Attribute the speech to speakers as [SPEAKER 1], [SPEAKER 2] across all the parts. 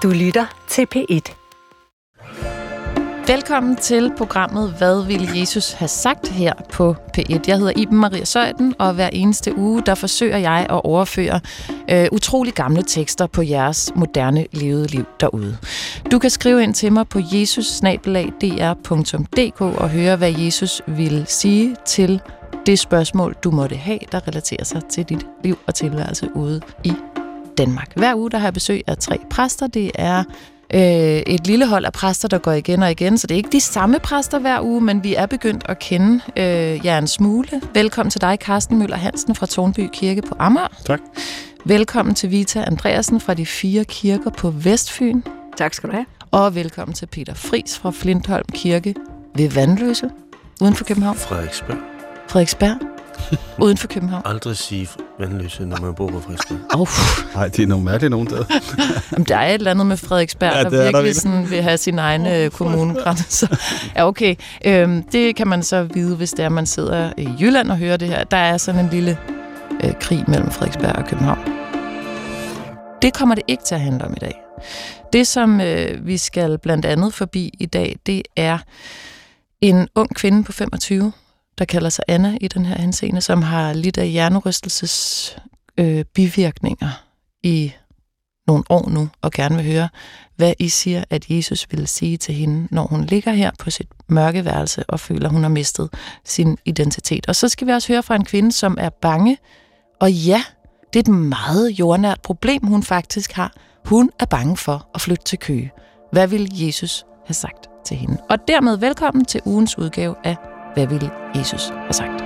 [SPEAKER 1] Du lytter til P1.
[SPEAKER 2] Velkommen til programmet Hvad ville Jesus have sagt her på P1. Jeg hedder Iben Maria Zeuthen, og hver eneste uge, der forsøger jeg at overføre utrolig gamle tekster på jeres moderne levede liv derude. Du kan skrive ind til mig på jesus@dr.dk og høre, hvad Jesus ville sige til det spørgsmål, du måtte have, der relaterer sig til dit liv og tilværelse ude i Danmark. Hver uge, der har jeg besøg af 3 præster. Det er et lille hold af præster, der går igen og igen, så det er ikke de samme præster hver uge, men vi er begyndt at kende jer en smule. Velkommen til dig, Carsten Møller Hansen fra Tårnby Kirke på Amager.
[SPEAKER 3] Tak.
[SPEAKER 2] Velkommen til Vita Andreasen fra de 4 kirker på Vestfyn.
[SPEAKER 4] Tak skal du have.
[SPEAKER 2] Og velkommen til Peter Friis fra Flintholm Kirke ved Vandløse, uden for København. Frederiksberg? Uden for København.
[SPEAKER 3] Aldrig sige Vandløse, når man bor på Frederiksberg.
[SPEAKER 5] Nej, det er nogle mærkelige nogen der.
[SPEAKER 2] Jamen, der er et eller andet med Frederiksberg, ja, der virkelig sådan vil have sin egen kommunegrænse. Ja, okay. Det kan man så vide, hvis det er, man sidder i Jylland og hører det her. Der er sådan en lille krig mellem Frederiksberg og København. Det kommer det ikke til at handle om i dag. Det, som vi skal blandt andet forbi i dag, det er en ung kvinde på 25, der kalder sig Anna i den her henseende, som har lidt af hjernerystelses bivirkninger i nogle år nu, og gerne vil høre, hvad I siger, at Jesus ville sige til hende, når hun ligger her på sit mørke værelse og føler, hun har mistet sin identitet. Og så skal vi også høre fra en kvinde, som er bange, og ja, det er et meget jordnært problem, hun faktisk har. Hun er bange for at flytte til Køge. Hvad ville Jesus have sagt til hende? Og dermed velkommen til ugens udgave af Hvad ville Jesus have sagt?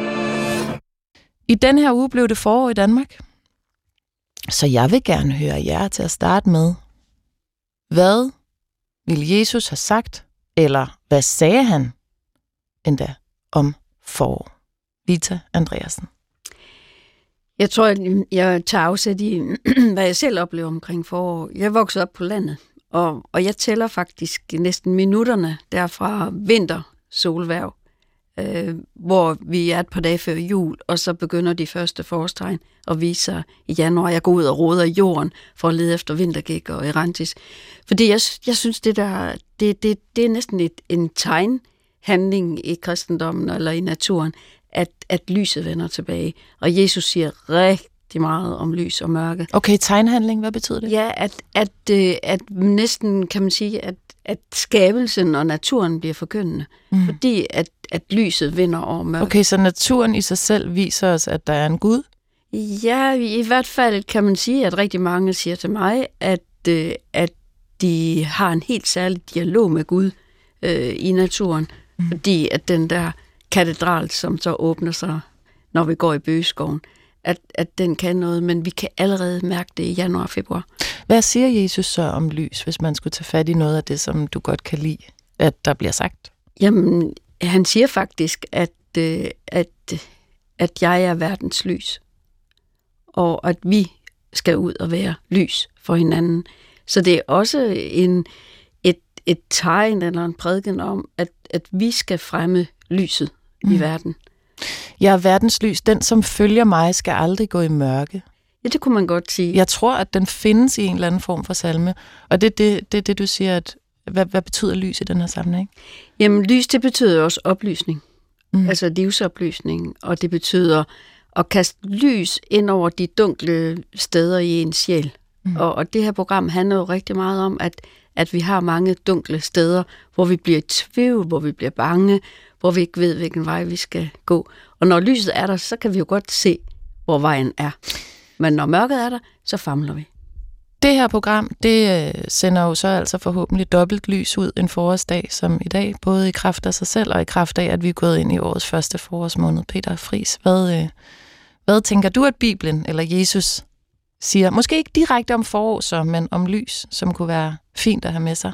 [SPEAKER 2] I den her uge blev det forår i Danmark, så jeg vil gerne høre jer til at starte med. Hvad ville Jesus have sagt, eller hvad sagde han endda om forår? Vita Andreasen.
[SPEAKER 4] Jeg tror, at jeg tager afsæt i, hvad jeg selv oplever omkring forår. Jeg voksede op på landet, og jeg tæller faktisk næsten minutterne derfra vinter, solværv, hvor vi er et par dage før jul, og så begynder de første forårstegn at vise sig i januar. Jeg går ud og roder i jorden for at lede efter vintergæk og erantis. Fordi jeg synes, det er næsten en tegnhandling i kristendommen eller i naturen, at lyset vender tilbage. Og Jesus siger rigtig meget om lys og mørke.
[SPEAKER 2] Okay, tegnhandling, hvad betyder det?
[SPEAKER 4] Ja, at næsten kan man sige, at skabelsen og naturen bliver forkyndende. Fordi at lyset vinder over mørke.
[SPEAKER 2] Okay, så naturen i sig selv viser os, at der er en Gud?
[SPEAKER 4] Ja, i hvert fald kan man sige, at rigtig mange siger til mig, at de har en helt særlig dialog med Gud i naturen. Fordi at den der katedral, som så åbner sig, når vi går i Bøgeskoven, at den kan noget, men vi kan allerede mærke det i januar og februar. Hvad
[SPEAKER 2] siger Jesus så om lys, hvis man skulle tage fat i noget af det, som du godt kan lide, at der bliver sagt?
[SPEAKER 4] Jamen, han siger faktisk, at jeg er verdens lys, og at vi skal ud og være lys for hinanden. Så det er også et tegn eller en prædiken om, at vi skal fremme lyset i verden.
[SPEAKER 2] Jeg er verdens lys. Den, som følger mig, skal aldrig gå i mørke.
[SPEAKER 4] Ja, det kunne man godt sige.
[SPEAKER 2] Jeg tror, at den findes i en eller anden form for salme. Og det er det, du siger, at hvad betyder lys i den her sammenhæng?
[SPEAKER 4] Jamen, lys, det betyder også oplysning. Altså livsoplysning. Og det betyder at kaste lys ind over de dunkle steder i ens sjæl. Og det her program handler jo rigtig meget om, at vi har mange dunkle steder, hvor vi bliver i tvivl, hvor vi bliver bange, hvor vi ikke ved, hvilken vej vi skal gå. Og når lyset er der, så kan vi jo godt se, hvor vejen er. Men når mørket er der, så famler vi.
[SPEAKER 2] Det her program, det sender jo så altså forhåbentlig dobbelt lys ud en forårsdag som i dag, både i kraft af sig selv og i kraft af, at vi er gået ind i årets første forårsmåned. Peter Friis, hvad tænker du, at Bibelen eller Jesus siger? Måske ikke direkte om forår så, men om lys, som kunne være fint at have med sig.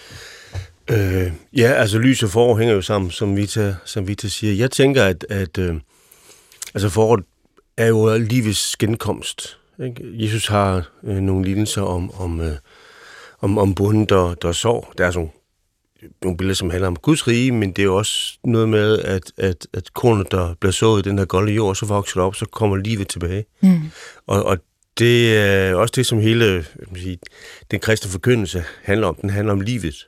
[SPEAKER 3] Ja, altså lys og forår hænger jo sammen, som Vita siger. Jeg tænker, at foråret er jo livets genkomst. Ikke? Jesus har nogle lignelser om bunden, der sår. Der er sådan nogle billeder, som handler om Guds rige, men det er jo også noget med, at kornet, der bliver sået i den her golde jord, så vokser det op, så kommer livet tilbage. Og det er også det, som hele den kristne forkyndelse handler om. Den handler om livet.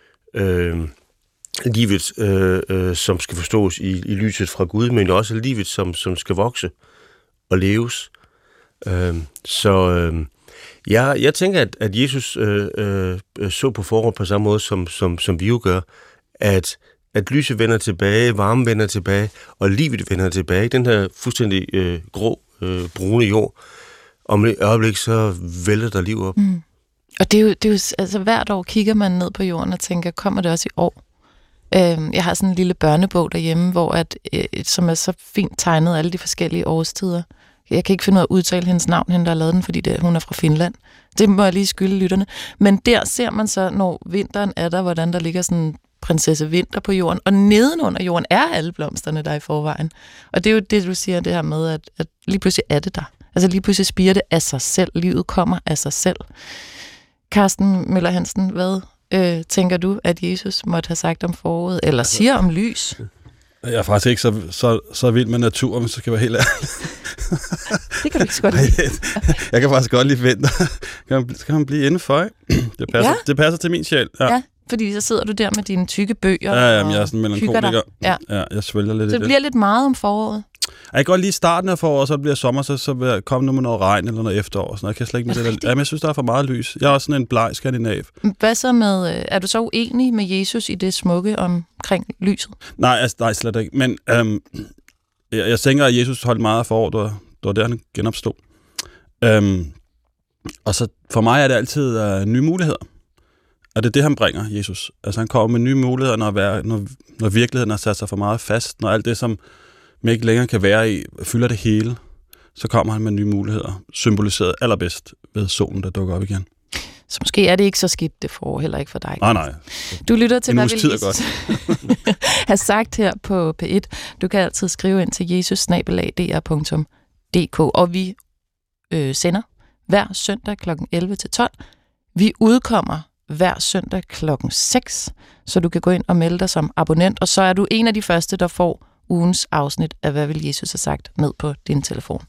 [SPEAKER 3] Livet, som skal forstås i lyset fra Gud, men også livet, som skal vokse og leves. Jeg tænker, at Jesus så på forhånd på samme måde, som vi jo gør, at lyset vender tilbage, varmen vender tilbage, og livet vender tilbage. Den her fuldstændig grå, brune jord, om et øjeblik, så vælter der liv op. Mm.
[SPEAKER 2] Og det er jo altså hvert år kigger man ned på jorden og tænker, kommer det også i år? Jeg har sådan en lille børnebog derhjemme, som er så fint tegnet alle de forskellige årstider. Jeg kan ikke finde ud af at udtale hendes navn, hende der har lavet den, fordi hun er fra Finland. Det må jeg lige skylde lytterne. Men der ser man så, når vinteren er der, hvordan der ligger sådan en prinsesse vinter på jorden, og nedenunder jorden er alle blomsterne der i forvejen. Og det er jo det, du siger, det her med, at lige pludselig er det der. Altså lige pludselig spirer det af sig selv. Livet kommer af sig selv. Carsten Møller Hansen, hvad tænker du, at Jesus måtte have sagt om foråret, eller siger om lys?
[SPEAKER 5] Jeg er faktisk ikke så vild med natur, men så skal jeg være helt ærlig.
[SPEAKER 2] Det kan du ikke godt lide.
[SPEAKER 5] Jeg kan faktisk godt lide vinter. Kan man blive indenfor, ikke? Det passer til min sjæl.
[SPEAKER 2] Ja, fordi så sidder du der med dine tykke bøger.
[SPEAKER 5] Ja, jeg er sådan melankoliker. Ja, jeg svælger lidt i det.
[SPEAKER 2] Det bliver lidt meget om foråret.
[SPEAKER 5] Jeg kan godt lide starten af foråret, så bliver sommer, så vil jeg komme nu med noget regn eller noget efterår. Sådan. Jeg kan slet ikke med det der. Jamen, jeg synes, der er for meget lys. Jeg er også sådan en bleg skandinav.
[SPEAKER 2] Hvad så med, er du så uenig med Jesus i det smukke omkring lyset?
[SPEAKER 5] Nej, slet ikke. Men jeg tænker, at Jesus holdt meget af foråret, det var der, han genopstod. Og så for mig er det altid nye muligheder. Og det er det, han bringer, Jesus. Altså han kommer med nye muligheder, når virkeligheden har sat sig for meget fast, når alt det, som man ikke længere kan være i, fylder det hele, så kommer han med nye muligheder, symboliseret allerbedst ved solen, der dukker op igen.
[SPEAKER 2] Så måske er det ikke så skidt, det får heller ikke for dig.
[SPEAKER 5] Nej.
[SPEAKER 2] Du lytter til, hvad vil Jesus have sagt her på P1. Du kan altid skrive ind til jesus@dr.dk, og vi sender hver søndag kl. 11-12. Vi udkommer hver søndag kl. 6, så du kan gå ind og melde dig som abonnent, og så er du en af de første, der får ugens afsnit af Hvad vil Jesus have sagt ned på din telefon.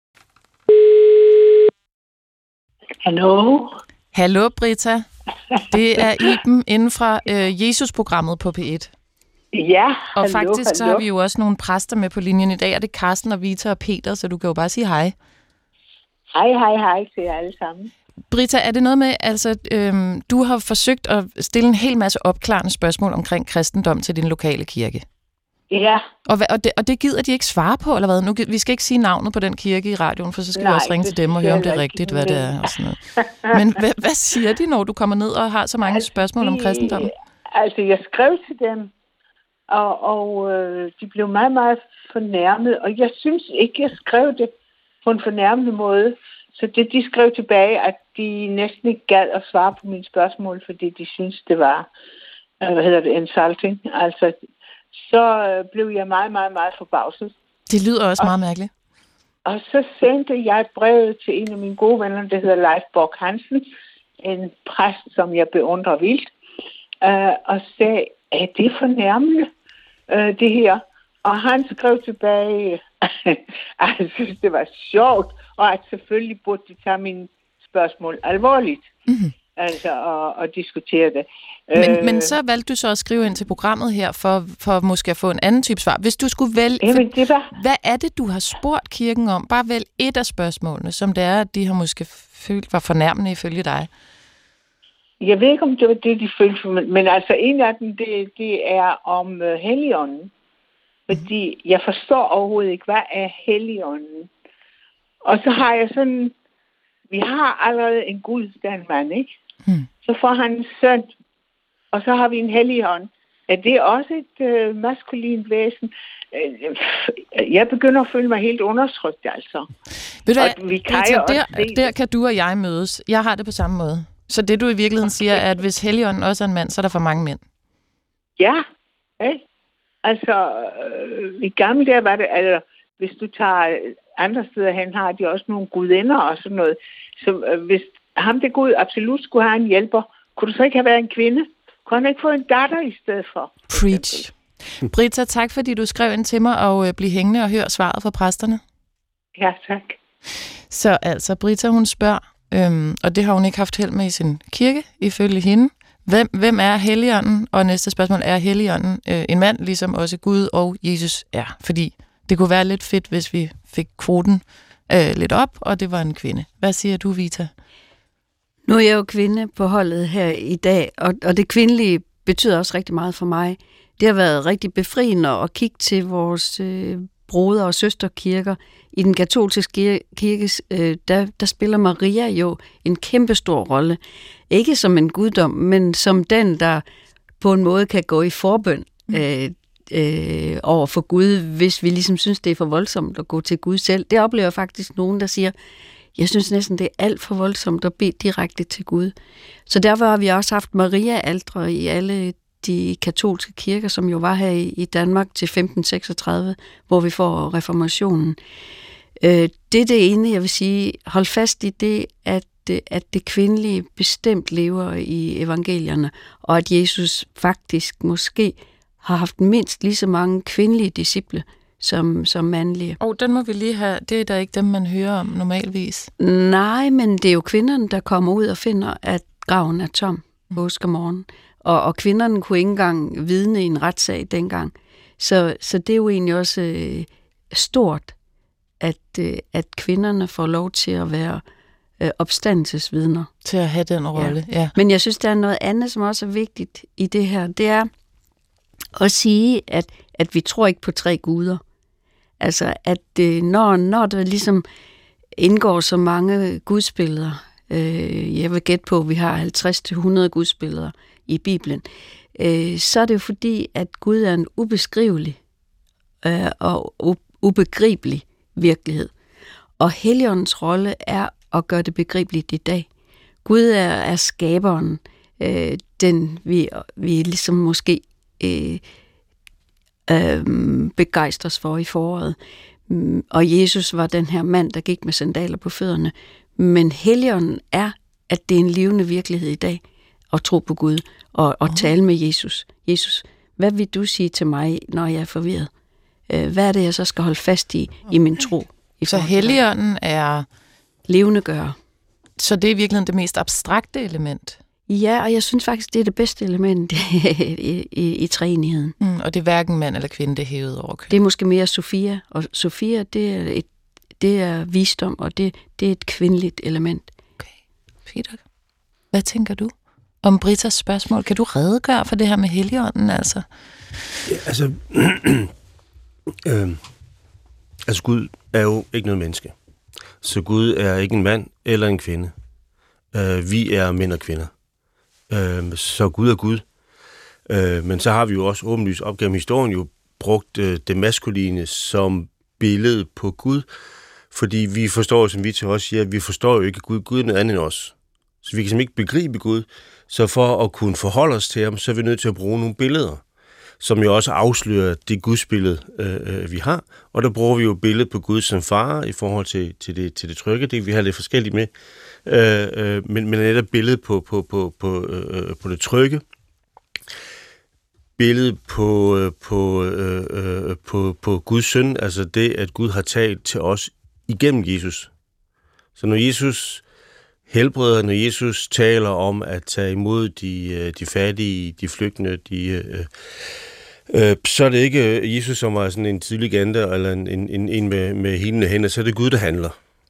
[SPEAKER 2] Hallo, Britta. Det er Iben inden fra Jesus-programmet på P1.
[SPEAKER 1] Ja,
[SPEAKER 2] og faktisk så har vi jo også nogle præster med på linjen i dag, og det er Carsten og Vita og Peter, så du kan jo bare sige hej.
[SPEAKER 1] Hej til jer alle sammen. Britta,
[SPEAKER 2] er det noget med, altså du har forsøgt at stille en hel masse opklarende spørgsmål omkring kristendom til din lokale kirke?
[SPEAKER 1] Ja.
[SPEAKER 2] Og det gider de ikke svare på, eller hvad? Nu, vi skal ikke sige navnet på den kirke i radioen, for så skal vi også ringe til dem og høre, om det er rigtigt, hvad det er og sådan noget. Men hvad siger de, når du kommer ned og har så mange spørgsmål om kristendommen?
[SPEAKER 1] Altså, jeg skrev til dem, og de blev meget, meget fornærmet, og jeg synes ikke, jeg skrev det på en fornærmende måde. Så det, de skrev tilbage, at de næsten ikke gad at svare på mine spørgsmål, fordi de synes det var, insulting. Altså, så blev jeg meget, meget, meget forbavset.
[SPEAKER 2] Det lyder også meget mærkeligt.
[SPEAKER 1] Og så sendte jeg et brev til en af mine gode venner, der hedder Leif Borg Hansen, en præst, som jeg beundrer vildt, og sagde, at det er fornærmende, det her. Og han skrev tilbage, at jeg synes, det var sjovt, og at selvfølgelig burde de tage mine spørgsmål alvorligt. Mm-hmm. Altså, og diskutere det.
[SPEAKER 2] Men så valgte du så at skrive ind til programmet her, for måske at få en anden type svar. Hvis du skulle vælge, hvad er det, du har spurgt kirken om? Bare vælg et af spørgsmålene, som det er, at de har måske følt var fornærmende ifølge dig.
[SPEAKER 1] Jeg ved ikke, om det var det, de følte, men altså en af dem, det er om Helligånden. Fordi jeg forstår overhovedet ikke, hvad er Helligånden? Og så har jeg sådan, vi har allerede en Gud, der er en mand, ikke? Så får han en søn, og så har vi en Helligånd. Er det også et maskulint væsen? Jeg begynder at føle mig helt undertrykt, altså.
[SPEAKER 2] Ved du hvad, der kan du og jeg mødes. Jeg har det på samme måde. Så det, du i virkeligheden siger, er, at hvis Helligånden også er en mand, så er der for mange mænd.
[SPEAKER 1] Ja, ikke? Altså, i gamle der var det, altså, hvis du tager andre steder hen, har de også nogle gudinder og sådan noget. Så hvis ham det Gud absolut skulle have en hjælper, kunne du så ikke have været en kvinde? Kunne han ikke få en datter i stedet for?
[SPEAKER 2] Preach. Britta, tak fordi du skrev ind til mig og bliv hængende og hør svaret fra præsterne.
[SPEAKER 1] Ja, tak.
[SPEAKER 2] Så altså, Britta, hun spørger, og det har hun ikke haft held med i sin kirke, ifølge hende. Hvem er Helligånden? Og næste spørgsmål, er Helligånden en mand, ligesom også Gud og Jesus er? Fordi det kunne være lidt fedt, hvis vi fik kvoten lidt op, og det var en kvinde. Hvad siger du, Vita?
[SPEAKER 4] Nu er jeg jo kvinde på holdet her i dag, og det kvindelige betyder også rigtig meget for mig. Det har været rigtig befriende at kigge til vores broder- og søsterkirker. I den katolske kirke, der spiller Maria jo en kæmpestor rolle. Ikke som en guddom, men som den, der på en måde kan gå i forbøn over for Gud, hvis vi ligesom synes, det er for voldsomt at gå til Gud selv. Det oplever faktisk nogen, der siger, jeg synes næsten, det er alt for voldsomt at bede direkte til Gud. Så derfor har vi også haft Maria-altre i alle de katolske kirker, som jo var her i Danmark til 1536, hvor vi får reformationen. Det er det ene, jeg vil sige. Hold fast i det, at det kvindelige bestemt lever i evangelierne, og at Jesus faktisk måske har haft mindst lige så mange kvindelige disciple som mandlige.
[SPEAKER 2] Den må vi lige have. Det er da ikke dem, man hører om normalvis.
[SPEAKER 4] Nej, men det er jo kvinderne, der kommer ud og finder, at graven er tom påskemorgen. Og kvinderne kunne ikke engang vidne i en retssag dengang. Så det er jo egentlig også stort, at kvinderne får lov til at være opstandelsesvidner.
[SPEAKER 2] Til at have den rolle, ja.
[SPEAKER 4] Men jeg synes, der er noget andet, som også er vigtigt i det her. Det er at sige, at vi tror ikke på 3 guder. Altså, at når der ligesom indgår så mange gudsbilleder, jeg vil gætte på, at vi har 50-100 gudsbilleder i Bibelen, så er det jo fordi, at Gud er en ubeskrivelig og ubegribelig virkelighed. Og Helligåndens rolle er at gøre det begribeligt i dag. Gud er skaberen, den vi ligesom måske begejstres for i foråret. Og Jesus var den her mand, der gik med sandaler på fødderne. Men Helligånden er, at det er en levende virkelighed i dag, at tro på Gud og tale med Jesus. Jesus, hvad vil du sige til mig, når jeg er forvirret? Hvad er det, jeg så skal holde fast i min tro?
[SPEAKER 2] Så Helligånden er
[SPEAKER 4] levendegør.
[SPEAKER 2] Så det er virkelig det mest abstrakte element?
[SPEAKER 4] Ja, og jeg synes faktisk, det er det bedste element i treenigheden.
[SPEAKER 2] Og det er hverken mand eller kvinde, det er hævet over køn.
[SPEAKER 4] Det er måske mere Sofia, og Sofia, det er visdom, og det er et kvindeligt element.
[SPEAKER 2] Okay, Peter, hvad tænker du om Britas spørgsmål? Kan du redegøre for det her med Helligånden, altså?
[SPEAKER 3] Ja, altså Gud er jo ikke noget menneske. Så Gud er ikke en mand eller en kvinde. Vi er mænd og kvinder. Så Gud er Gud. Men så har vi jo også åbenlyst op gennem historien jo brugt det maskuline som billede på Gud, fordi vi forstår, som vi til os siger, vi forstår jo ikke Gud. Gud er noget andet end os. Så vi kan simpelthen ikke begribe Gud. Så for at kunne forholde os til ham, så er vi nødt til at bruge nogle billeder, som jo også afslører det gudsbillede, vi har. Og der bruger vi jo billedet på Gud som far i forhold til det trygge. Det vi har lidt forskelligt med. Men netop billedet på det trygge. Billedet på Guds søn, altså det, at Gud har talt til os igennem Jesus. Så når Jesus helbreder, når Jesus taler om at tage imod de fattige, de flygtende, så er det ikke Jesus, som er sådan en tidlig gante, eller en med hende hænder, så er det Gud, der handler.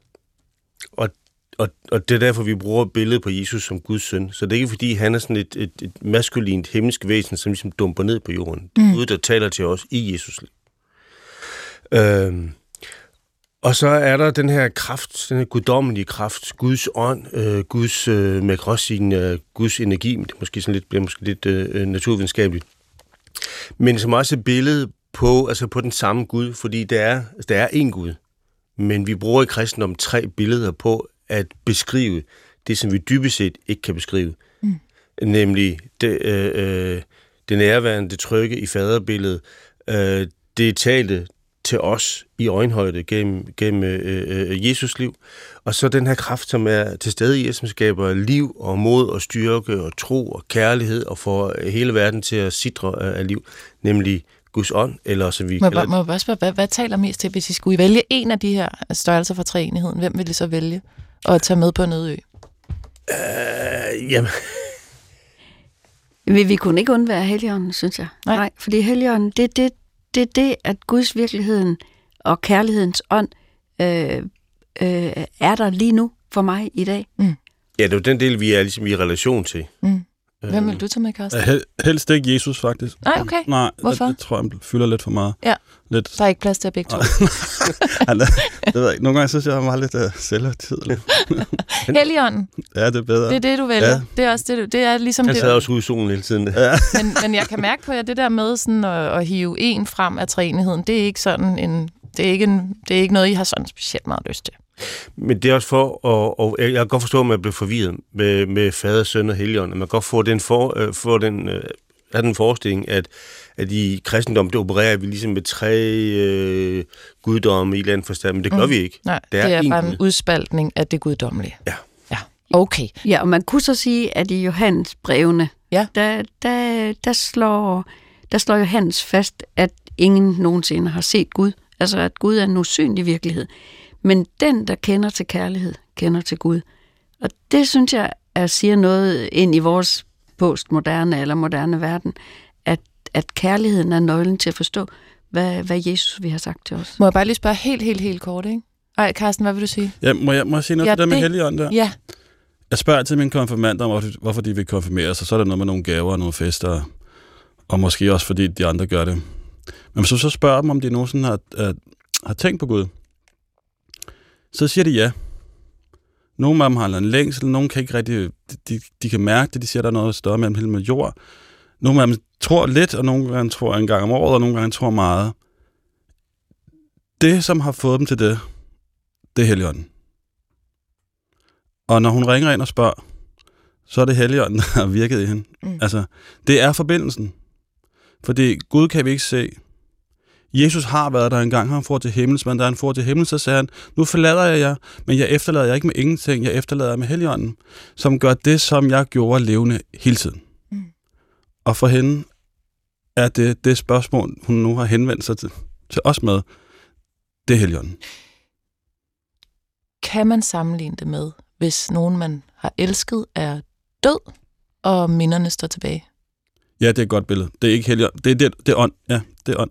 [SPEAKER 3] Og det er derfor, vi bruger billedet på Jesus som Guds søn. Så det er ikke, fordi han er sådan et maskulint, himmelsk væsen, som ligesom dumper ned på jorden. Det er Gud, der taler til os i Jesus liv. Og så er der den her kraft, den her guddommelige kraft, Guds ånd, Guds, man kan også sige, Guds energi, men det måske sådan lidt, bliver måske lidt naturvidenskabeligt. Men som også et billede på den samme Gud, fordi der er én Gud. Men vi bruger i kristendommen 3 billeder på at beskrive det, som vi dybest set ikke kan beskrive. Nemlig det nærværende, det trygge i faderbilledet, det talte til os i øjenhøjde gennem Jesus liv, og så den her kraft, som er til stede i os, som skaber liv og mod og styrke og tro og kærlighed og får hele verden til at sidre af liv, nemlig Guds ånd, eller som vi
[SPEAKER 2] Må jeg bare spørge, hvad taler mest til, hvis I skulle vælge en af de her størrelser fra treenigheden? Hvem vil I så vælge at tage med på en øde ø?
[SPEAKER 3] Jamen...
[SPEAKER 4] Vi kunne ikke undvære Helligånden, synes jeg. Nej, fordi Helligånden, det er det, at Guds virkeligheden og kærlighedens ånd er der lige nu for mig i dag.
[SPEAKER 3] Ja, det er jo den del, vi er ligesom i relation til.
[SPEAKER 2] Hvem vil du tage med, Karsten?
[SPEAKER 5] Helst ikke Jesus, faktisk.
[SPEAKER 2] Nej, okay.
[SPEAKER 5] Nej,
[SPEAKER 2] hvorfor?
[SPEAKER 5] Jeg tror, han fylder lidt for meget.
[SPEAKER 2] Ja,
[SPEAKER 5] lidt.
[SPEAKER 2] der er ikke plads til at begge to.
[SPEAKER 5] Det ved jeg ikke. Nogle gange synes jeg, han var lidt selvhøjtidelig.
[SPEAKER 2] Helligånden.
[SPEAKER 5] Ja, det er bedre.
[SPEAKER 2] Det er det, du vælger. Ja. Det er også det, det er ligesom
[SPEAKER 3] han
[SPEAKER 2] det.
[SPEAKER 3] Han sad også ude i solen hele tiden.
[SPEAKER 5] Ja.
[SPEAKER 2] Men jeg kan mærke på jer, det der med sådan at hive en frem af treenigheden, det er ikke sådan en... Det er ikke noget, I har sådan specielt meget lyst til.
[SPEAKER 3] Men det er også for, og jeg kan godt forstå, at man bliver forvirret med fader, søn og helligånd. Man kan godt få den forestilling, at i kristendom, det opererer vi ligesom med 3 guddomme i land forstand, men det gør vi ikke.
[SPEAKER 2] Nej, det er bare en udspaltning af det guddommelige.
[SPEAKER 3] Ja.
[SPEAKER 2] Okay.
[SPEAKER 4] Ja, og man kunne så sige, at i Johannes brevene, der slår Johannes fast, at ingen nogensinde har set Gud. Altså, at Gud er en usynlig virkelighed. Men den, der kender til kærlighed, kender til Gud. Og det, synes jeg, siger noget ind i vores postmoderne eller moderne verden, at kærligheden er nøglen til at forstå, hvad Jesus vi har sagt til os.
[SPEAKER 2] Må jeg bare lige spørge helt kort, ikke? Ej, Karsten, hvad vil du sige?
[SPEAKER 5] Ja, må jeg sige noget til det med Helligånden der?
[SPEAKER 2] Ja.
[SPEAKER 5] Jeg spørger altid mine konfirmander om, hvorfor de vil konfirmere sig. Så er der noget med nogle gaver og nogle fester, og måske også fordi de andre gør det. Men hvis du så spørger dem, om de nogensinde har tænkt på Gud, så siger de ja. Nogle af dem har en længsel, nogle kan ikke rigtig, de kan mærke det, de siger, der er noget større mellem himmel og jord. Nogle af dem tror lidt, og nogle gange tror en gang om året, og nogle gange tror meget. Det, som har fået dem til det er Helligånden. Og når hun ringer ind og spørger, så er det Helligånden, der har virket i hende. Altså, det er forbindelsen. Fordi Gud kan vi ikke se. Jesus har været der engang, han får til himmels, men da han får til himmels, så sagde han, nu forlader jeg jer, men jeg efterlader jer ikke med ingenting, jeg efterlader jer med Helligånden, som gør det, som jeg gjorde levende hele tiden. Og for hende er det spørgsmål, hun nu har henvendt sig til os med, det er Helligånden.
[SPEAKER 2] Kan man sammenligne det med, hvis nogen, man har elsket, er død, og minderne står tilbage?
[SPEAKER 5] Ja, det er et godt billede. Det er ikke Helligånden. Det er ånd. Ja, det er ånd.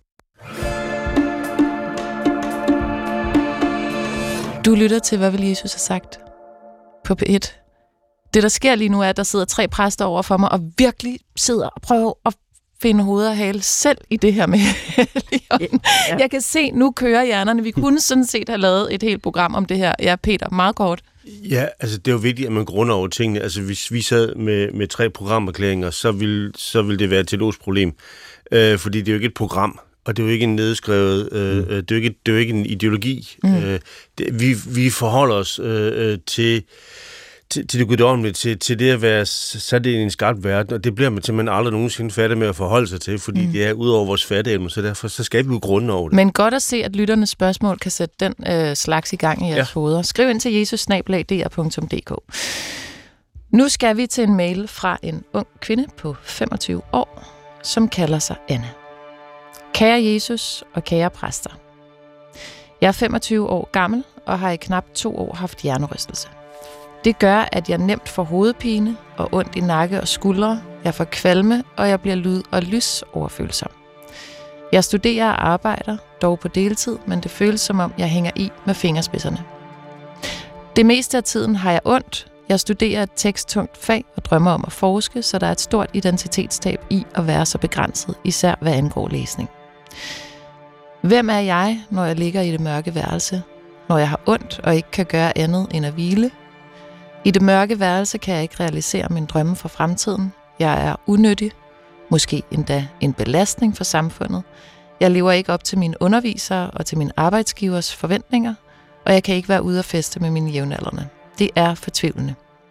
[SPEAKER 2] Du lytter til, hvad vil Jesus have sagt på P1. Det, der sker lige nu, er, at der sidder 3 præster over for mig, og virkelig sidder og prøver at finde hoved og hale selv i det her med Helligånden. Ja. Jeg kan se, nu kører hjernerne. Vi kunne sådan set have lavet et helt program om det her. Ja, Peter, meget kort.
[SPEAKER 3] Ja, altså det er jo vigtigt, at man grunder over tingene. Altså hvis vi sad med 3 programerklæringer, så vil det være et teologisk problem. Fordi det er jo ikke et program. Og det er jo ikke en nedskrevet, det er jo ikke en ideologi. Vi forholder os til det guddommelige, til det at være sat i en skarp verden, og det bliver man simpelthen aldrig nogensinde færdig med at forholde sig til, fordi det er ud over vores fatteevne, så derfor så skal vi jo grunde over det.
[SPEAKER 2] Men godt at se, at lytternes spørgsmål kan sætte den slags i gang i jeres hoveder. Skriv ind til jesus@dr.dk. Nu skal vi til en mail fra en ung kvinde på 25 år, som kalder sig Anna. Kære Jesus og kære præster. Jeg er 25 år gammel og har i knap 2 år haft hjernerystelse. Det gør, at jeg nemt får hovedpine og ondt i nakke og skuldre. Jeg får kvalme, og jeg bliver lyd- og lysoverfølsom. Jeg studerer og arbejder, dog på deltid, men det føles som om, jeg hænger i med fingerspidserne. Det meste af tiden har jeg ondt. Jeg studerer et teksttungt fag og drømmer om at forske, så der er et stort identitetstab i at være så begrænset, især hvad angår læsning. Hvem er jeg, når jeg ligger i det mørke værelse? Når jeg har ondt og ikke kan gøre andet end at hvile? I det mørke værelse kan jeg ikke realisere mine drømme for fremtiden. Jeg er unyttig, måske endda en belastning for samfundet. Jeg lever ikke op til mine undervisere og til min arbejdsgivers forventninger, og jeg kan ikke være ude og feste med mine jævnaldrende. Det er fortvivlende.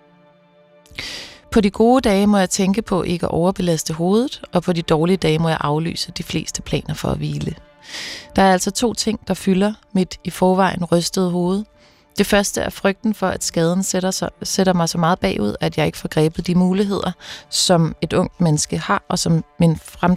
[SPEAKER 2] På de gode dage må jeg tænke på ikke at overbelaste hovedet, og på de dårlige dage må jeg aflyse de fleste planer for at hvile. Der er altså 2 ting, der fylder mit i forvejen rystede hoved. Det første er frygten for, at skaden sætter mig så meget bagud, at jeg ikke får grebet de muligheder, som et ungt menneske har, og som min fremtid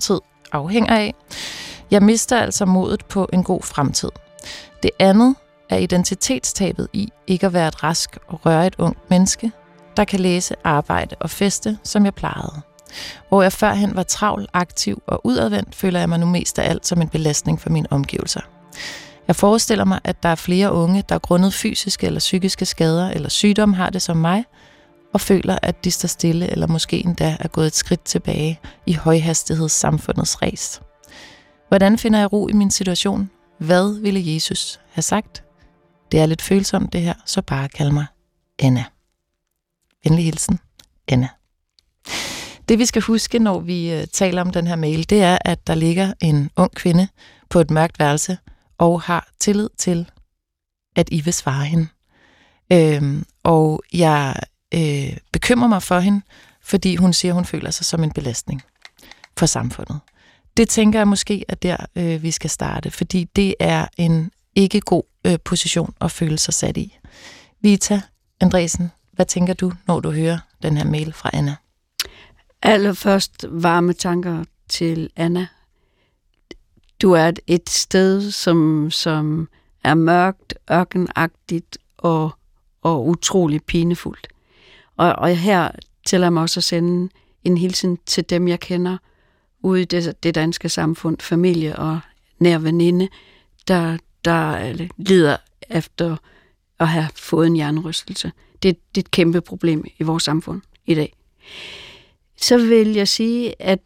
[SPEAKER 2] afhænger af. Jeg mister altså modet på en god fremtid. Det andet er identitetstabet i ikke at være et rask og rørigt ungt menneske, der kan læse, arbejde og feste, som jeg plejede. Hvor jeg førhen var travl, aktiv og udadvendt, føler jeg mig nu mest af alt som en belastning for mine omgivelser. Jeg forestiller mig, at der er flere unge, der grundet fysiske eller psykiske skader eller sygdom har det som mig, og føler, at de står stille eller måske endda er gået et skridt tilbage i højhastighedssamfundets ræs. Hvordan finder jeg ro i min situation? Hvad ville Jesus have sagt? Det er lidt følsomt det her, så bare kald mig Anna. Venlig hilsen, Anna. Det vi skal huske, når vi taler om den her mail, det er, at der ligger en ung kvinde på et mørkt værelse og har tillid til, at I vil svare hende. Og jeg bekymrer mig for hende, fordi hun siger, at hun føler sig som en belastning for samfundet. Det tænker jeg måske er der, vi skal starte, fordi det er en ikke god position at føle sig sat i. Vita Andresen, hvad tænker du, når du hører den her mail fra Anna?
[SPEAKER 4] Allerførst varme tanker til Anna. Du er et sted, som er mørkt, ørkenagtigt og utrolig pinefuldt. Og her tæller jeg mig også at sende en hilsen til dem, jeg kender ude i det danske samfund, familie og nær veninde, der lider efter at have fået en hjernerystelse. Det er et kæmpe problem i vores samfund i dag. Så vil jeg sige, at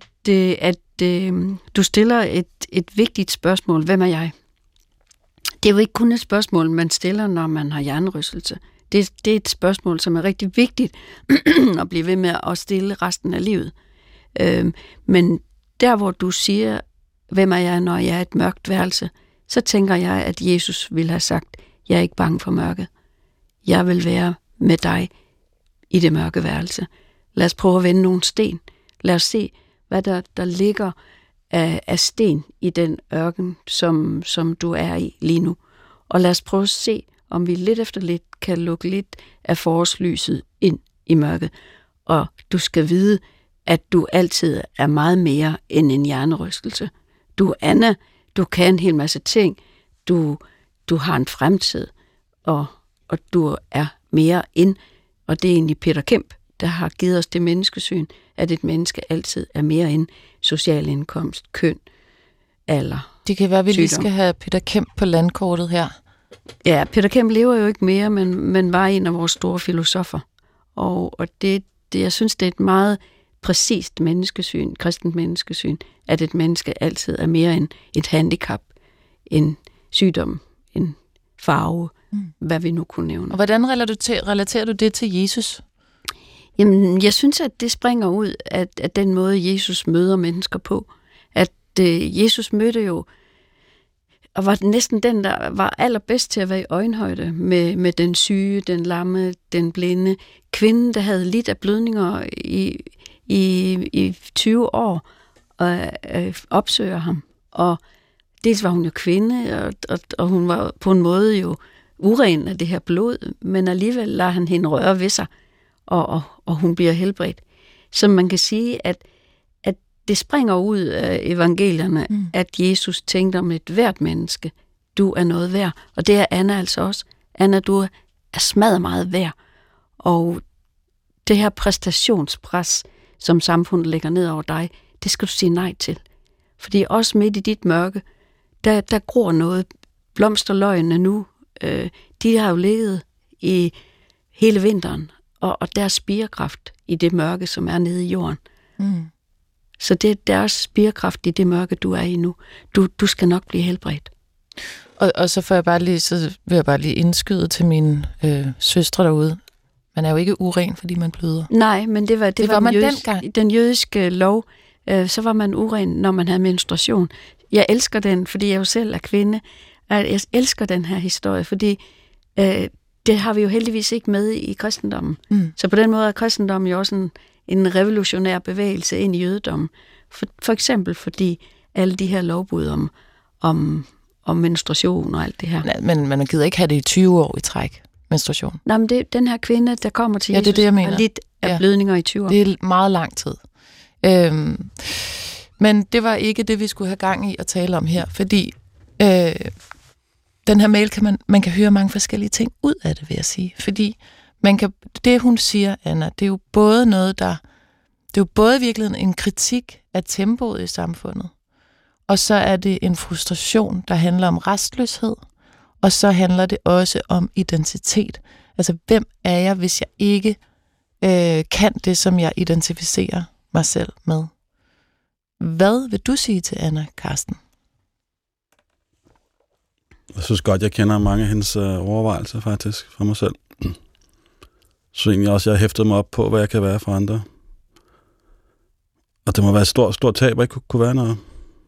[SPEAKER 4] du stiller et vigtigt spørgsmål. Hvem er jeg? Det er jo ikke kun et spørgsmål, man stiller, når man har hjernerystelse. Det er et spørgsmål, som er rigtig vigtigt at blive ved med at stille resten af livet. Men der, hvor du siger, hvem er jeg, når jeg er et mørkt værelse, så tænker jeg, at Jesus ville have sagt, jeg er ikke bange for mørket. Jeg vil være med dig i det mørke værelse. Lad os prøve at vende nogle sten. Lad os se, hvad der ligger af sten i den ørken, som du er i lige nu. Og lad os prøve at se, om vi lidt efter lidt kan lukke lidt af forårslyset ind i mørket. Og du skal vide, at du altid er meget mere end en hjernerystelse. Du er Anna, du kan en hel masse ting, du har en fremtid, og du er mere end. Og det er egentlig Peter Kemp, der har givet os det menneskesyn, at et menneske altid er mere end social indkomst, køn, alder,
[SPEAKER 2] det kan være, at vi lige skal have Peter Kemp på landkortet her.
[SPEAKER 4] Ja, Peter Kemp lever jo ikke mere, men var en af vores store filosofer. Og det, jeg synes, det er et meget præcist menneskesyn, kristent menneskesyn, at et menneske altid er mere end et handicap, en sygdom, en farve, hvad vi nu kunne nævne.
[SPEAKER 2] Og hvordan relaterer du det til Jesus?
[SPEAKER 4] Jamen, jeg synes, at det springer ud af den måde, Jesus møder mennesker på. At Jesus mødte jo, og var næsten den, der var allerbedst til at være i øjenhøjde med den syge, den lamme, den blinde. Kvinden, der havde lidt af blødninger i 20 år, og opsøger ham. Og dels var hun jo kvinde, og hun var på en måde jo uren af det her blod, men alligevel lader han hende røre ved sig, og hun bliver helbredt. Så man kan sige, at det springer ud af evangelierne, at Jesus tænkte om et hvert menneske, du er noget værd. Og det er Anna altså også. Anna, du er smadret meget værd. Og det her præstationspres, som samfundet lægger ned over dig, det skal du sige nej til. Fordi også midt i dit mørke, der gror noget. Blomsterløgene nu, de har jo ligget i hele vinteren, og deres spirekraft i det mørke, som er nede i jorden. Så det er deres spirekraft i det mørke, du er i nu. Du skal nok blive helbredt.
[SPEAKER 2] Og så vil jeg bare lige indskyde til mine søstre derude. Man er jo ikke uren, fordi man bløder.
[SPEAKER 4] Nej, men det var man den jødiske lov. Så var man uren, når man havde menstruation. Jeg elsker den, fordi jeg jo selv er kvinde. Jeg elsker den her historie, fordi det har vi jo heldigvis ikke med i kristendommen. Så på den måde er kristendommen jo også en revolutionær bevægelse ind i jødedommen. For eksempel fordi alle de her lovbud om menstruation og alt det her.
[SPEAKER 2] Nej, men man gider ikke have det i 20 år i træk, menstruation.
[SPEAKER 4] Nej, men det er den her kvinde, der kommer til Jesus,
[SPEAKER 2] det er det, jeg mener.
[SPEAKER 4] Har lidt af blødninger i 20 år.
[SPEAKER 2] Det er meget lang tid. Men det var ikke det, vi skulle have gang i at tale om her, fordi den her mail man kan høre mange forskellige ting ud af det, vil jeg sige. Fordi det, hun siger, Anna, det er jo både noget, det er jo både i virkeligheden en kritik af tempoet i samfundet, og så er det en frustration, der handler om restløshed, og så handler det også om identitet. Altså, hvem er jeg, hvis jeg ikke kan det, som jeg identificerer mig selv med? Hvad vil du sige til Anna, Karsten?
[SPEAKER 5] Jeg synes godt, jeg kender mange af hendes overvejelser faktisk fra mig selv. Så egentlig også, jeg har hæftet mig op på, hvad jeg kan være for andre. Og det må være et stort tab, at ikke kunne være noget.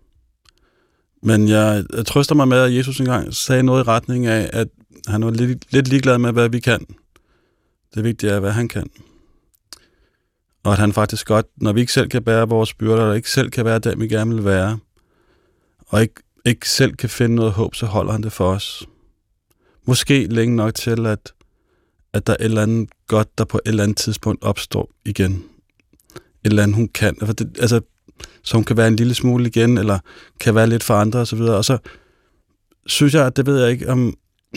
[SPEAKER 5] Men jeg trøster mig med, at Jesus engang sagde noget i retning af, at han var lidt ligeglad med, hvad vi kan. Det vigtige er, hvad han kan. Og at han faktisk godt, når vi ikke selv kan bære vores byrder, eller ikke selv kan være dem, vi gerne vil være, og ikke selv kan finde noget håb, så holder han det for os. Måske længe nok til, at der er et eller andet godt, der på et eller andet tidspunkt opstår igen. Et eller andet, hun kan. Så hun kan være en lille smule igen, eller kan være lidt for andre, og så videre. Og så synes jeg, at det ved jeg ikke, om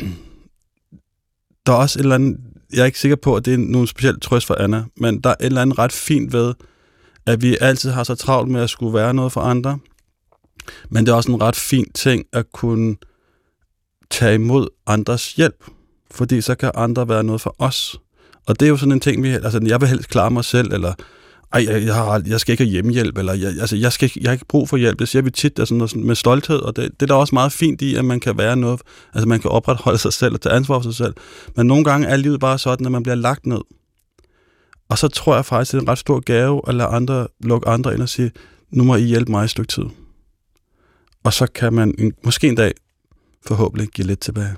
[SPEAKER 5] der er også et eller andet, jeg er ikke sikker på, at det er nogen speciel trøst for Anna, men der er et eller andet ret fint ved, at vi altid har så travlt med at skulle være noget for andre, men det er også en ret fin ting at kunne tage imod andres hjælp, fordi så kan andre være noget for os. Og det er jo sådan en ting, jeg vil helst klare mig selv, eller jeg skal ikke have hjemmehjælp, eller jeg har ikke brug for hjælp. Det siger vi tit sådan noget med stolthed, og det er der også meget fint i, at man kan være noget, altså man kan opretholde sig selv og tage ansvar for sig selv. Men nogle gange er livet bare sådan, at man bliver lagt ned. Og så tror jeg faktisk, det er en ret stor gave at lade lukke andre ind og sige, nu må I hjælpe mig et stykke tid. Og så kan man måske en dag forhåbentlig give lidt tilbage.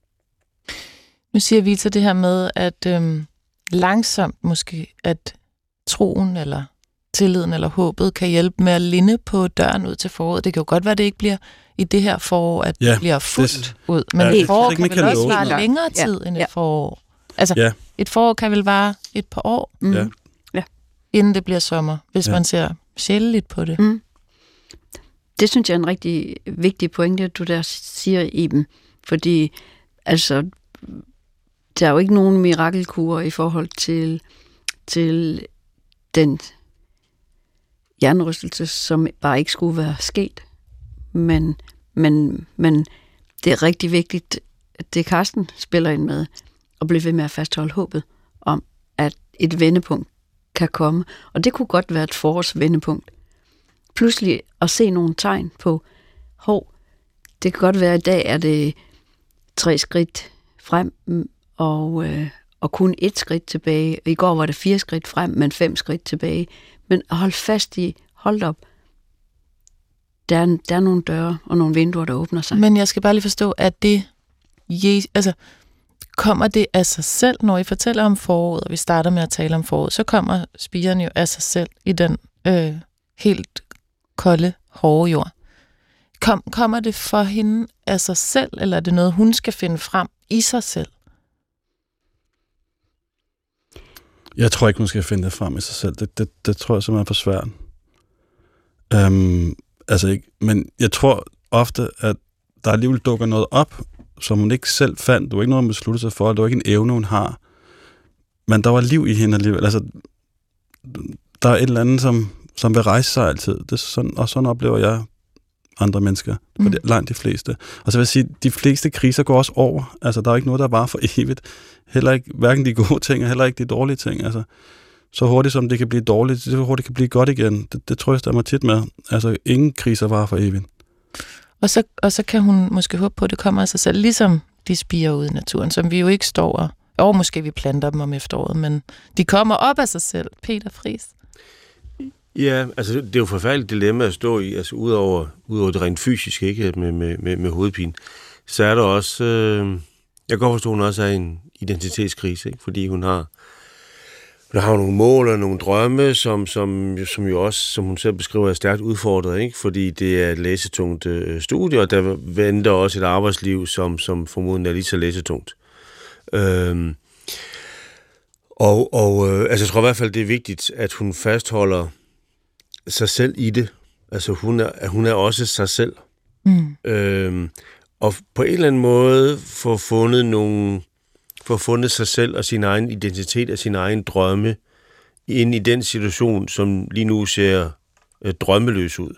[SPEAKER 2] Nu siger Vita det her med, at langsomt måske, at troen eller tilliden eller håbet kan hjælpe med at linde på døren ud til foråret. Det kan jo godt være, at det ikke bliver i det her forår, at det bliver fuldt ud. Men et forår kan vel også vare længere tid end et forår. Altså, et forår kan vel vare et par år, inden det bliver sommer, hvis man ser sjældent på det.
[SPEAKER 4] Mm. Det synes jeg er en rigtig vigtig pointe, du der siger, Iben. Fordi, altså, der er jo ikke nogen mirakelkur i forhold til den hjernerystelse, som bare ikke skulle være sket. Men det er rigtig vigtigt, at det Karsten spiller ind med, at blive ved med at fastholde håbet om, at et vendepunkt kan komme. Og det kunne godt være et forårsvendepunkt. Pludselig at se nogle tegn på, det kan godt være, at i dag er det 3 skridt frem, og kun 1 skridt tilbage. I går var det 4 skridt frem, men 5 skridt tilbage. Men hold fast i, hold op. Der er nogle døre og nogle vinduer, der åbner sig.
[SPEAKER 2] Men jeg skal bare lige forstå, at det kommer det af sig selv, når I fortæller om foråret, og vi starter med at tale om foråret, så kommer spiren jo af sig selv i den helt kolde, hårde jord. Kommer det for hende af sig selv, eller er det noget, hun skal finde frem i sig selv?
[SPEAKER 5] Jeg tror ikke, hun skal finde det frem i sig selv. Det tror jeg simpelthen er for svært. Men jeg tror ofte, at der alligevel dukker noget op, som hun ikke selv fandt. Det var ikke noget, hun besluttede sig for. Det var ikke en evne, hun har. Men der var liv i hende alligevel. Altså, der er et eller andet, som vil rejse sig altid. Det er sådan, og sådan oplever jeg andre mennesker. For langt de fleste. Og så vil jeg sige, de fleste kriser går også over. Altså, der er ikke noget, der er bare for evigt. Heller ikke, hverken de gode ting, og heller ikke de dårlige ting. Altså, så hurtigt som det kan blive dårligt, så hurtigt kan blive godt igen. Det tror jeg, der mig tit med. Altså, ingen kriser varer for evigt.
[SPEAKER 2] Og så kan hun måske håbe på, at det kommer af sig selv, ligesom de spirer ud i naturen, som vi jo ikke står og måske vi planter dem om efteråret, men de kommer op af sig selv. Peter Friis.
[SPEAKER 3] Ja, altså det er jo et forfærdeligt dilemma at stå i, altså udover det rent fysiske, ikke, med hovedpine, så er der også, jeg kan godt forstå, at hun også er en identitetskrise, ikke, fordi hun har nogle mål og nogle drømme, som jo også, som hun selv beskriver, er stærkt udfordret, ikke, fordi det er et læsetungt studie, og der venter også et arbejdsliv, som formodentlig er lige så læsetungt. Altså jeg tror i hvert fald, det er vigtigt, at hun fastholder sig selv i det. Altså hun er også sig selv. Og på en eller anden måde få fundet sig selv og sin egen identitet og sin egen drømme ind i den situation, som lige nu ser drømmeløs ud.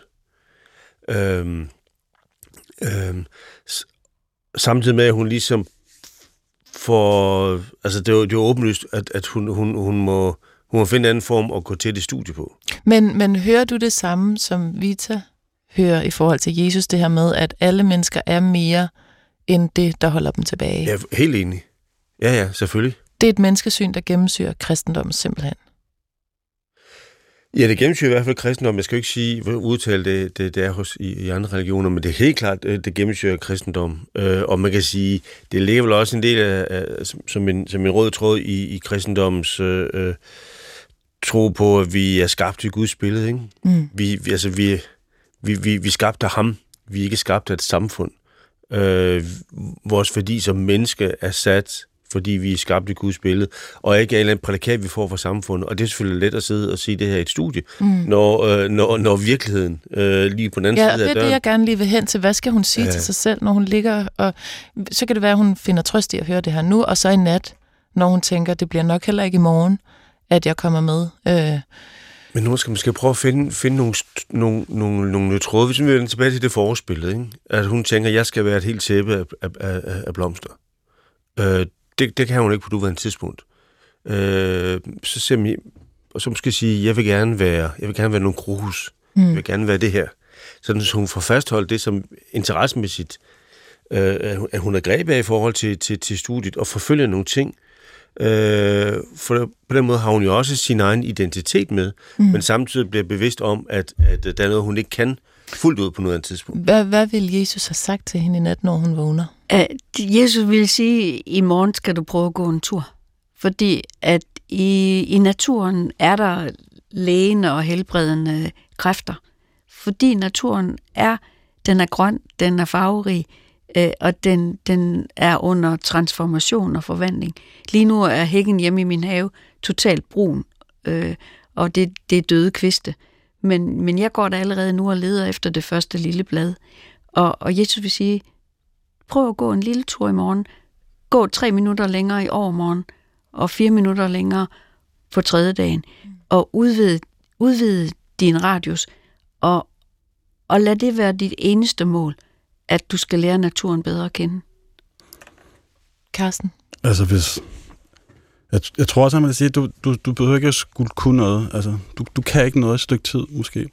[SPEAKER 3] Samtidig med, at hun ligesom får... Altså, det er jo åbenlyst, at hun må finde en anden form at gå til det studie på. Men
[SPEAKER 2] hører du det samme, som Vita hører i forhold til Jesus, det her med, at alle mennesker er mere end det, der holder dem tilbage?
[SPEAKER 3] Jeg er helt enig. Ja, selvfølgelig.
[SPEAKER 2] Det er et menneskesyn, der gennemsyrer kristendommen simpelthen.
[SPEAKER 3] Ja, det gennemsyrer i hvert fald kristendom. Jeg skal jo ikke sige, hvor udtalt det er hos i andre religioner, men det er helt klart, det gennemsyrer kristendom. Og man kan sige, det ligger vel også en del af som en rød tråd i kristendommens tro på, at vi er skabt i Guds billede. Ikke? Vi skabte ham. Vi er ikke skabt af et samfund. Vores værdi som menneske er sat, fordi vi er skabt i Guds billede, og ikke en eller anden prædikat, vi får fra samfundet. Og det er selvfølgelig let at sidde og sige det her i et studie, når virkeligheden lige på den anden side af døren. Ja,
[SPEAKER 2] det er det, jeg gerne lige vil hen til. Hvad skal hun sige til sig selv, når hun ligger? Og så kan det være, at hun finder trøst i at høre det her nu, og så i nat, når hun tænker, det bliver nok heller ikke i morgen, at jeg kommer med.
[SPEAKER 3] Men nu skal man måske prøve at finde nogle tråde. Hvis vi vender tilbage til det forspillet, ikke? At hun tænker, at jeg skal være et helt tæppe af blomster. Det kan hun ikke på nuværende tidspunkt. Så ser man, og så måske sige, jeg vil gerne være nogle krohus. Jeg vil gerne være det her. Sådan så hun får fastholdt det som interessemæssigt, at hun er grebet af i forhold til studiet, og forfølger nogle ting. For på den måde har hun jo også sin egen identitet med, men samtidig bliver bevidst om, at der er noget, hun ikke kan fuldt ud på noget andet tidspunkt.
[SPEAKER 2] Hvad vil Jesus have sagt til hende i nat, når hun vågner?
[SPEAKER 4] Jesus vil sige, i morgen skal du prøve at gå en tur. Fordi at i naturen er der lægende og helbredende kræfter. Fordi naturen den er grøn, den er farverig, og den er under transformation og forvandling. Lige nu er hækken hjemme i min have totalt brun, og det er døde kviste. Men jeg går der allerede nu og leder efter det første lille blad. Og Jesus vil sige, prøv at gå en lille tur i morgen. Gå 3 minutter længere i overmorgen, og 4 minutter længere på 3. dagen. Og udvide din radius, og lad det være dit eneste mål, at du skal lære naturen bedre at kende.
[SPEAKER 2] Carsten?
[SPEAKER 5] Altså hvis... Jeg tror også, at man kan sige, at du behøver ikke at skulle kunne noget. Altså, du kan ikke noget et stykke tid, måske.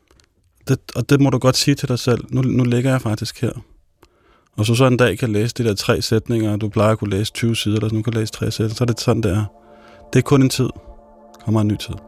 [SPEAKER 5] Og det må du godt sige til dig selv. Nu ligger jeg faktisk her. Og så en dag kan læse de der 3 sætninger, og du plejer at kunne læse 20 sider, eller så nu kan læse 3 sætninger, så er det sådan, det er. Det er kun en tid. Kommer en ny tid.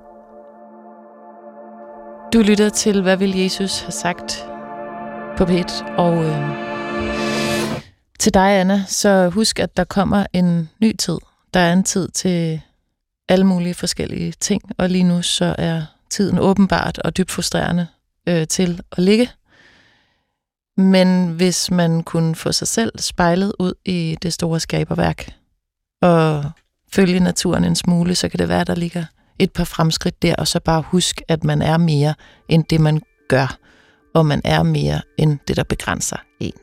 [SPEAKER 2] Du lytter til, hvad vil Jesus have sagt på P1, og til dig, Anna, så husk, at der kommer en ny tid. Der er en tid til alle mulige forskellige ting, og lige nu så er tiden åbenbart og dybt frustrerende til at ligge. Men hvis man kunne få sig selv spejlet ud i det store skaberværk og følge naturen en smule, så kan det være, der ligger et par fremskridt der, og så bare husk, at man er mere end det, man gør, og man er mere end det, der begrænser en.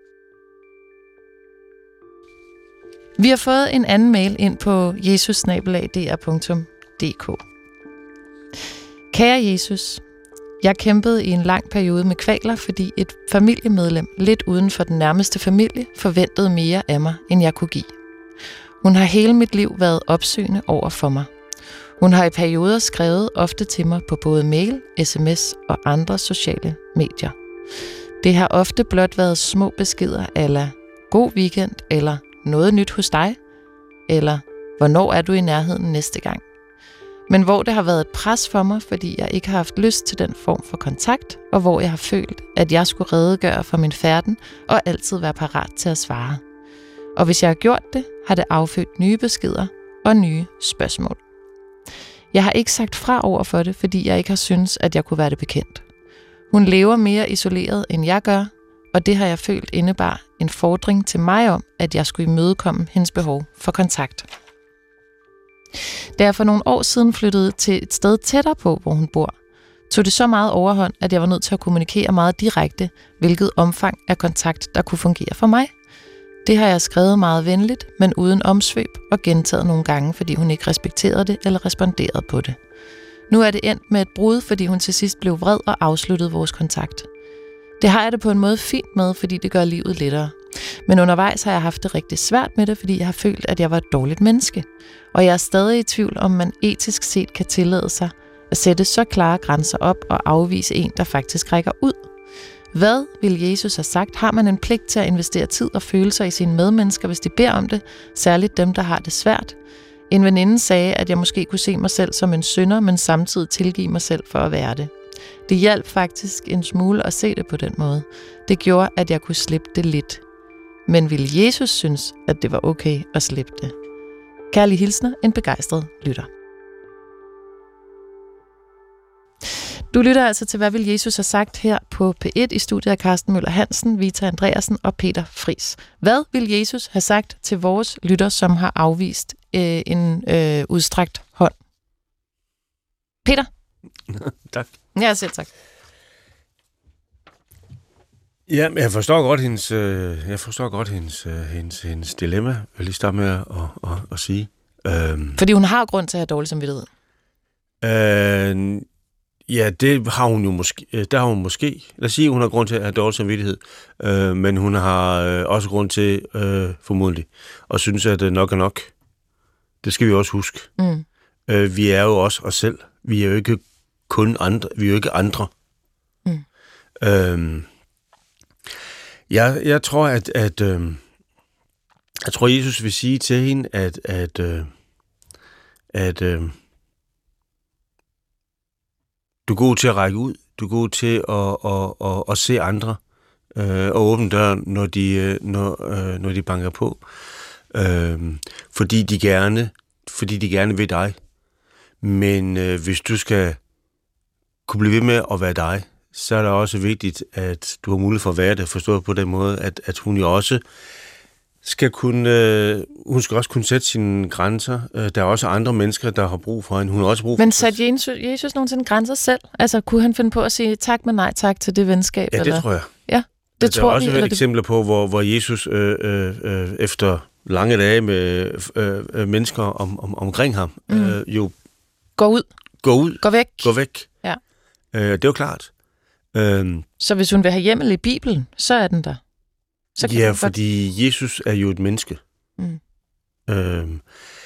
[SPEAKER 2] Vi har fået en anden mail ind på jesus@dr.dk. Kære Jesus, jeg kæmpede i en lang periode med kvaler, fordi et familiemedlem lidt uden for den nærmeste familie forventede mere af mig, end jeg kunne give. Hun har hele mit liv været opsøgende over for mig. Hun har i perioder skrevet ofte til mig på både mail, sms og andre sociale medier. Det har ofte blot været små beskeder ala god weekend eller noget nyt hos dig, eller hvornår er du i nærheden næste gang. Men hvor det har været et pres for mig, fordi jeg ikke har haft lyst til den form for kontakt, og hvor jeg har følt, at jeg skulle redegøre for min færden og altid være parat til at svare. Og hvis jeg har gjort det, har det affødt nye beskeder og nye spørgsmål. Jeg har ikke sagt fra over for det, fordi jeg ikke har syntes, at jeg kunne være det bekendt. Hun lever mere isoleret, end jeg gør, og det har jeg følt indebar en fordring til mig om, at jeg skulle imødekomme hendes behov for kontakt. Da jeg for nogle år siden flyttede til et sted tættere på, hvor hun bor, tog det så meget overhånd, at jeg var nødt til at kommunikere meget direkte, hvilket omfang af kontakt, der kunne fungere for mig. Det har jeg skrevet meget venligt, men uden omsvøb og gentaget nogle gange, fordi hun ikke respekterede det eller responderede på det. Nu er det endt med et brud, fordi hun til sidst blev vred og afsluttede vores kontakt. Det har jeg det på en måde fint med, fordi det gør livet lettere. Men undervejs har jeg haft det rigtig svært med det, fordi jeg har følt, at jeg var et dårligt menneske. Og jeg er stadig i tvivl, om man etisk set kan tillade sig at sætte så klare grænser op og afvise en, der faktisk rækker ud. Hvad vil Jesus have sagt? Har man en pligt til at investere tid og følelser i sine medmennesker, hvis de beder om det? Særligt dem, der har det svært. En veninde sagde, at jeg måske kunne se mig selv som en synder, men samtidig tilgive mig selv for at være det. Det hjalp faktisk en smule at se det på den måde. Det gjorde, at jeg kunne slippe det lidt. Men ville Jesus synes, at det var okay at slippe det? Kærlig hilsner, en begejstret lytter. Du lytter altså til, hvad vil Jesus have sagt her på P1 i studiet af Carsten Møller Hansen, Vita Andreasen og Peter Friis. Hvad vil Jesus have sagt til vores lytter, som har afvist en udstrakt hånd? Peter?
[SPEAKER 3] Tak.
[SPEAKER 2] Ja, selv tak.
[SPEAKER 3] Ja, men jeg forstår godt hendes dilemma, vil jeg lige starte med at sige.
[SPEAKER 2] Fordi hun har grund til at have dårlig samvittighed.
[SPEAKER 3] Ja, det har hun jo måske. Der har hun måske. Lad os sige, at hun har grund til at have dårlig samvittighed. Men hun har også grund til, formodentlig, at synes, at det nok er nok. Det skal vi også huske. Mm. Vi er jo også os selv. Vi er jo ikke kun andre. Vi er jo ikke andre. Mm. Jeg tror, jeg tror, Jesus vil sige til hende, at du er god til at række ud. Du er god til at se andre og åbne døren, når de banker på. Fordi de gerne vil dig. Men hvis du skal kunne blive ved med at være dig, så er det også vigtigt, at du har mulighed for at være det, forstået på den måde, at hun jo også skal hun skal også kunne sætte sine grænser. Der er også andre mennesker, der har brug for hende. Hun har også brug for.
[SPEAKER 2] Men satte Jesus nogensinde grænser selv? Altså, kunne han finde på at sige tak, men nej tak til det venskab?
[SPEAKER 3] Ja, det
[SPEAKER 2] eller?
[SPEAKER 3] tror jeg.
[SPEAKER 2] Ja, det tror vi.
[SPEAKER 3] Der er også eksempler på, hvor Jesus efter lange dage med mennesker omkring ham jo
[SPEAKER 2] går ud.
[SPEAKER 3] Går væk.
[SPEAKER 2] Ja.
[SPEAKER 3] Det er jo klart.
[SPEAKER 2] Så hvis hun vil have hjemmel i Bibelen, så er den der.
[SPEAKER 3] Ja, fordi Jesus er jo et menneske. Mm.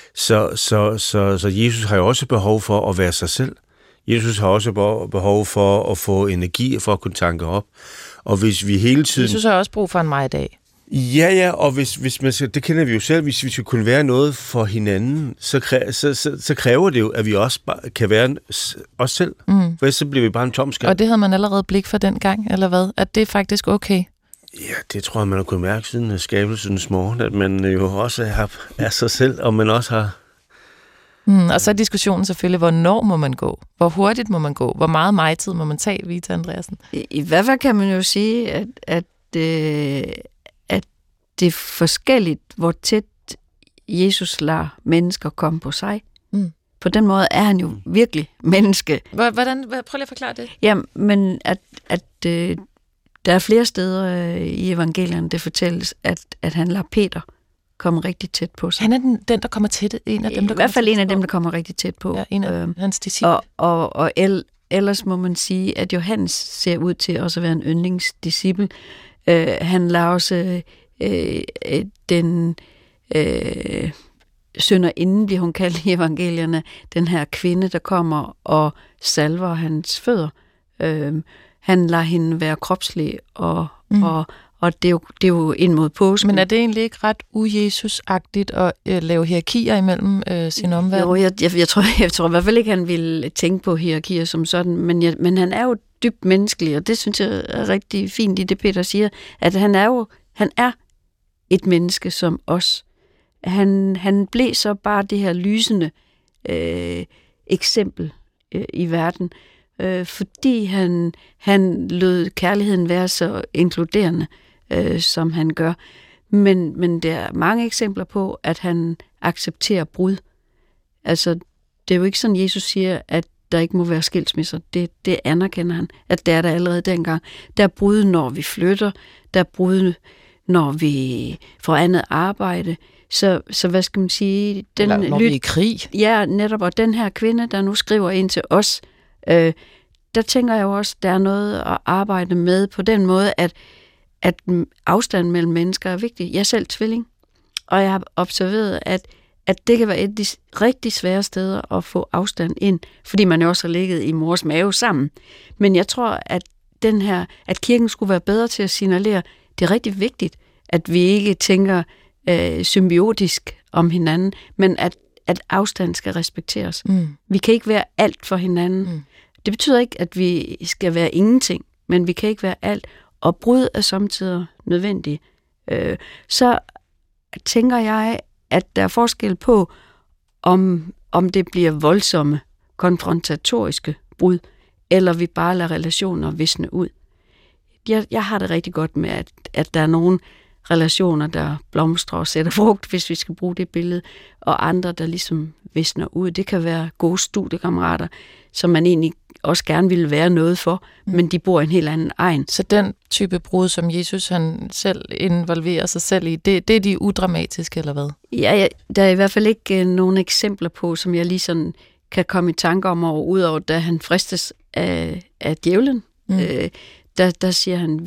[SPEAKER 3] Så Jesus har jo også behov for at være sig selv. Jesus har også behov for at få energi og for at kunne tanke op. Og hvis vi hele tiden...
[SPEAKER 2] Jesus har også brug for en mig-dag.
[SPEAKER 3] Ja, og hvis man skal, det kender vi jo selv, hvis vi skal kunne være noget for hinanden, så kræver det jo, at vi også kan være os selv. Mm. For så bliver vi bare en tom skærm.
[SPEAKER 2] Og det havde man allerede blik for dengang, eller hvad? At det er faktisk okay?
[SPEAKER 3] Ja, det tror jeg, man har kunnet mærke siden skabelsens morgen, at man jo også er sig selv, og man også har...
[SPEAKER 2] Og så er diskussionen selvfølgelig, hvornår må man gå? Hvor hurtigt må man gå? Hvor meget mig-tid må man tage, Vita Andreasen?
[SPEAKER 4] I hvert fald kan man jo sige, at det er forskelligt, hvor tæt Jesus lader mennesker komme på sig. Mm. På den måde er han jo virkelig menneske.
[SPEAKER 2] Hvordan? Prøv lige at forklare det.
[SPEAKER 4] Jamen, men at der er flere steder i evangelierne, det fortælles, at han lader Peter komme rigtig tæt på sig.
[SPEAKER 2] Han er den der kommer tæt. En af dem, der
[SPEAKER 4] I hvert fald en af dem, der kommer rigtig tæt på.
[SPEAKER 2] Ja, en af hans disciple.
[SPEAKER 4] Og ellers må man sige, at Johannes ser ud til også at være en yndlingsdisciple. Han lader også den synderinden, bliver hun kaldt i evangelierne, den her kvinde, der kommer og salver hans fødder. Han lader hende være kropslig, og det er jo ind mod påsken.
[SPEAKER 2] Men er det egentlig ikke ret u-Jesus-agtigt at lave hierarkier imellem sin omverden?
[SPEAKER 4] Jo, jeg tror i hvert fald ikke, han ville tænke på hierarkier som sådan, men han er jo dybt menneskelig, og det synes jeg er rigtig fint i det, Peter siger, at han er et menneske som os. Han blev så bare det her lysende eksempel i verden, fordi han lod kærligheden være så inkluderende, som han gør. Men der er mange eksempler på, at han accepterer brud. Altså, det er jo ikke sådan, Jesus siger, at der ikke må være skilsmisser. Det anerkender han, at det er der allerede dengang. Der er brud, når vi flytter. Der er brud, når vi får andet arbejde. Så hvad skal man sige?
[SPEAKER 2] Når vi er i krig.
[SPEAKER 4] Ja, netop. Og den her kvinde, der nu skriver ind til os, der tænker jeg jo også, der er noget at arbejde med på den måde, at afstanden mellem mennesker er vigtig. Jeg er selv tvilling, og jeg har observeret, at det kan være et af de rigtig svære steder at få afstand ind, fordi man jo også har ligget i mors mave sammen. Men jeg tror, at kirken skulle være bedre til at signalere, det er rigtig vigtigt, at vi ikke tænker symbiotisk om hinanden, men at afstand skal respekteres. Vi kan ikke være alt for hinanden. Det betyder ikke, at vi skal være ingenting, men vi kan ikke være alt, og brud er samtidig nødvendigt. Så tænker jeg, at der er forskel på, om det bliver voldsomme, konfrontatoriske brud, eller vi bare lader relationer visne ud. Jeg har det rigtig godt med, at der er nogle relationer, der blomstrer og sætter frugt, hvis vi skal bruge det billede, og andre, der ligesom visner ud. Det kan være gode studiekammerater, som man egentlig også gerne ville være noget for, men de bor i en helt anden egen.
[SPEAKER 2] Så den type brud, som Jesus han selv involverer sig selv i, det er de udramatiske, eller hvad?
[SPEAKER 4] Ja, der er i hvert fald ikke nogen eksempler på, som jeg lige sådan kan komme i tanker om, udover da han fristes af djævlen. Der siger han,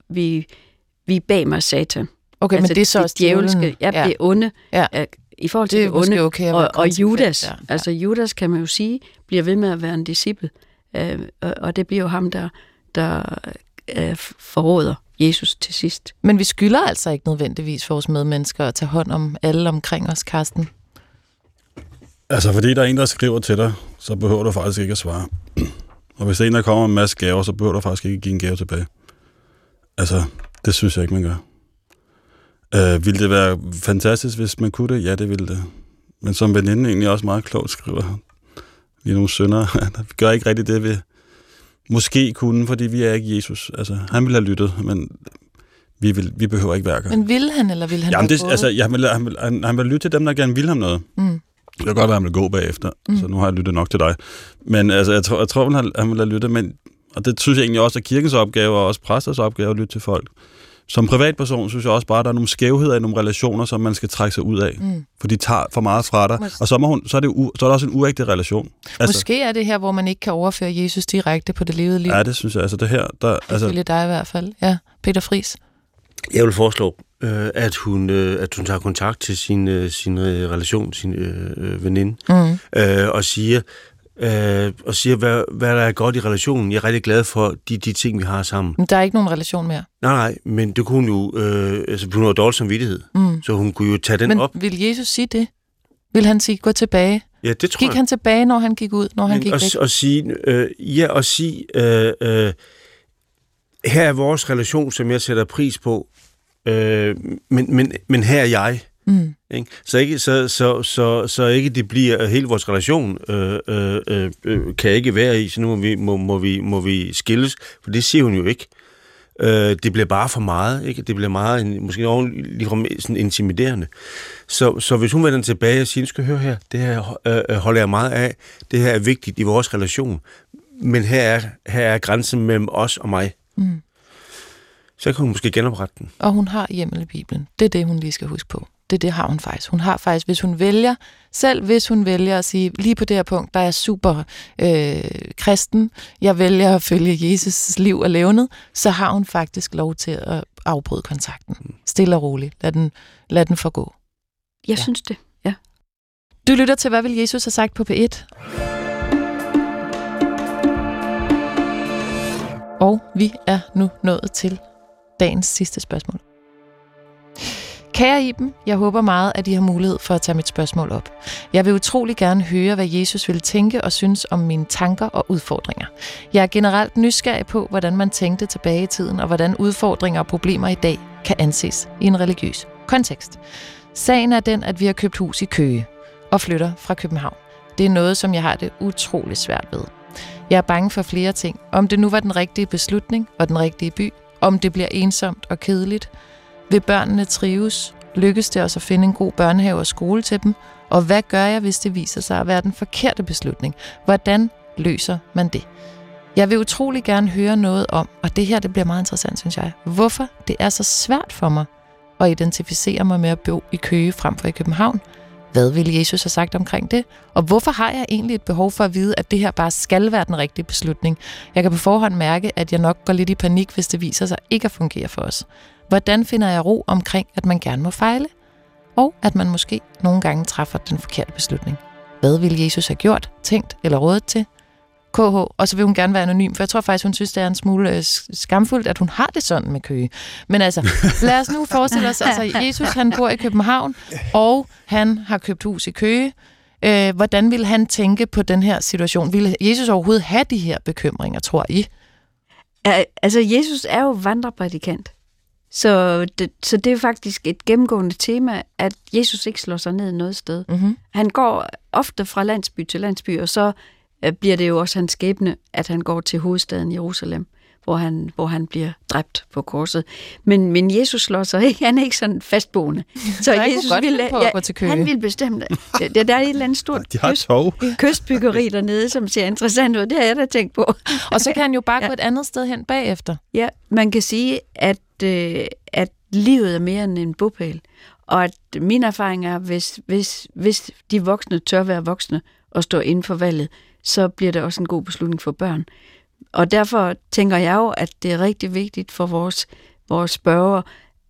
[SPEAKER 4] vi er bag mig, Satan.
[SPEAKER 2] Okay, altså, men det er så også
[SPEAKER 4] djævelske. Ja, det onde. Ja. I forhold til det onde.
[SPEAKER 2] Okay
[SPEAKER 4] og Judas. Ja. Altså Judas, kan man jo sige, bliver ved med at være en disciple. Og det bliver jo ham, der forråder Jesus til sidst.
[SPEAKER 2] Men vi skylder altså ikke nødvendigvis for vores medmennesker at tage hånd om alle omkring os, Karsten.
[SPEAKER 5] Altså, fordi der er en, der skriver til dig, så behøver du faktisk ikke at svare. Og hvis der er en, der kommer med en masse gaver, så behøver du faktisk ikke at give en gave tilbage. Altså, det synes jeg ikke, man gør. Ville det være fantastisk, hvis man kunne det? Ja, det ville det. Men som veninde egentlig også meget klogt skriver, vi er nogle syndere. Vi gør ikke rigtig det, vi måske kunne, fordi vi er ikke Jesus. Altså, han ville have lyttet, men vi behøver ikke værker.
[SPEAKER 2] Men ville han, eller ville han
[SPEAKER 5] han vil lytte til dem, der gerne vil ham noget. Det kan godt være, han vil gå bagefter, så nu har jeg lyttet nok til dig. Men altså, jeg tror han vil have lyttet, men, og det synes jeg egentlig også er kirkens opgave, og også præsters opgave at lytte til folk. Som privatperson synes jeg også bare, at der er nogle skævheder i nogle relationer, som man skal trække sig ud af. For de tager for meget fra dig. Og så er det også en uægte relation. Altså,
[SPEAKER 2] måske er det her, hvor man ikke kan overføre Jesus direkte på det levede liv.
[SPEAKER 5] Ja, det synes jeg. Altså det her...
[SPEAKER 2] Ifølge dig i hvert fald. Ja, Peter Friis.
[SPEAKER 3] Jeg vil foreslå, at hun tager kontakt til sin relation, sin veninde, og siger, hvad der er godt i relationen. Jeg er rigtig glad for de ting, vi har sammen.
[SPEAKER 2] Men der er ikke nogen relation mere?
[SPEAKER 3] Nej, men det kunne hun jo... hun har dårlig samvittighed, så hun kunne jo tage den op.
[SPEAKER 2] Men vil Jesus sige det? Vil han sige, gå tilbage?
[SPEAKER 3] Ja, det tror jeg.
[SPEAKER 2] Gik han tilbage, når han gik ud, når han gik væk?
[SPEAKER 3] Og sige, her er vores relation, som jeg sætter pris på, men her er jeg. Ikke? Så ikke det bliver hele vores relation kan ikke være i, så nu må vi skilles, for det siger hun jo ikke. Det bliver bare for meget, ikke? Det bliver meget, måske ligefrem sådan intimiderende. Så hvis hun vender tilbage og siger, skal høre her, det her holder jeg meget af, det her er vigtigt i vores relation, men her er grænsen mellem os og mig. Så kan hun måske genoprette den.
[SPEAKER 2] Og hun har hjemmel i Bibelen. Det er det, hun lige skal huske på. Det har hun faktisk. Hun har faktisk, hvis hun vælger at sige, lige på det her punkt, der er super kristen, jeg vælger at følge Jesus' liv og levnet, så har hun faktisk lov til at afbryde kontakten. Stille og roligt. Lad den forgå.
[SPEAKER 4] Jeg synes det, ja.
[SPEAKER 2] Du lytter til, hvad vil Jesus have sagt på P1? Og vi er nu nået til dagens sidste spørgsmål. Kære Iben, jeg håber meget, at I har mulighed for at tage mit spørgsmål op. Jeg vil utrolig gerne høre, hvad Jesus vil tænke og synes om mine tanker og udfordringer. Jeg er generelt nysgerrig på, hvordan man tænkte tilbage i tiden, og hvordan udfordringer og problemer i dag kan anses i en religiøs kontekst. Sagen er den, at vi har købt hus i Køge og flytter fra København. Det er noget, som jeg har det utrolig svært ved. Jeg er bange for flere ting. Om det nu var den rigtige beslutning og den rigtige by. Om det bliver ensomt og kedeligt. Vil børnene trives? Lykkes det os at finde en god børnehave og skole til dem? Og hvad gør jeg, hvis det viser sig at være den forkerte beslutning? Hvordan løser man det? Jeg vil utrolig gerne høre noget om, og det her det bliver meget interessant, synes jeg, hvorfor det er så svært for mig at identificere mig med at bo i Køge frem for i København. Hvad ville Jesus have sagt omkring det? Og hvorfor har jeg egentlig et behov for at vide, at det her bare skal være den rigtige beslutning? Jeg kan på forhånd mærke, at jeg nok går lidt i panik, hvis det viser sig ikke at fungere for os. Hvordan finder jeg ro omkring, at man gerne må fejle? Og at man måske nogle gange træffer den forkerte beslutning. Hvad ville Jesus have gjort, tænkt eller rådet til? KH, og så vil hun gerne være anonym, for jeg tror faktisk, hun synes, det er en smule skamfuldt, at hun har det sådan med Køge. Men altså, lad os nu forestille os, altså Jesus han bor i København, og han har købt hus i Køge. Hvordan ville han tænke på den her situation? Ville Jesus overhovedet have de her bekymringer, tror I?
[SPEAKER 4] Altså, Jesus er jo vandreprædikant. Så det er faktisk et gennemgående tema, at Jesus ikke slår sig ned noget sted. Mm-hmm. Han går ofte fra landsby til landsby, og så bliver det jo også hans skæbne, at han går til hovedstaden Jerusalem, hvor han bliver dræbt på korset. Men Jesus slår sig ikke. Han er ikke sådan fastboende. Så Jesus han vil bestemme det. Der er et eller andet stort kystbyggeri dernede, som ser interessant ud. Det har jeg da tænkt på.
[SPEAKER 2] Og så kan han jo bare gå et andet sted hen bagefter.
[SPEAKER 4] Ja, man kan sige, at livet er mere end en bopæl. Og at min erfaring er, hvis de voksne tør være voksne og stå inden for valget, så bliver det også en god beslutning for børn. Og derfor tænker jeg jo, at det er rigtig vigtigt for vores spørgere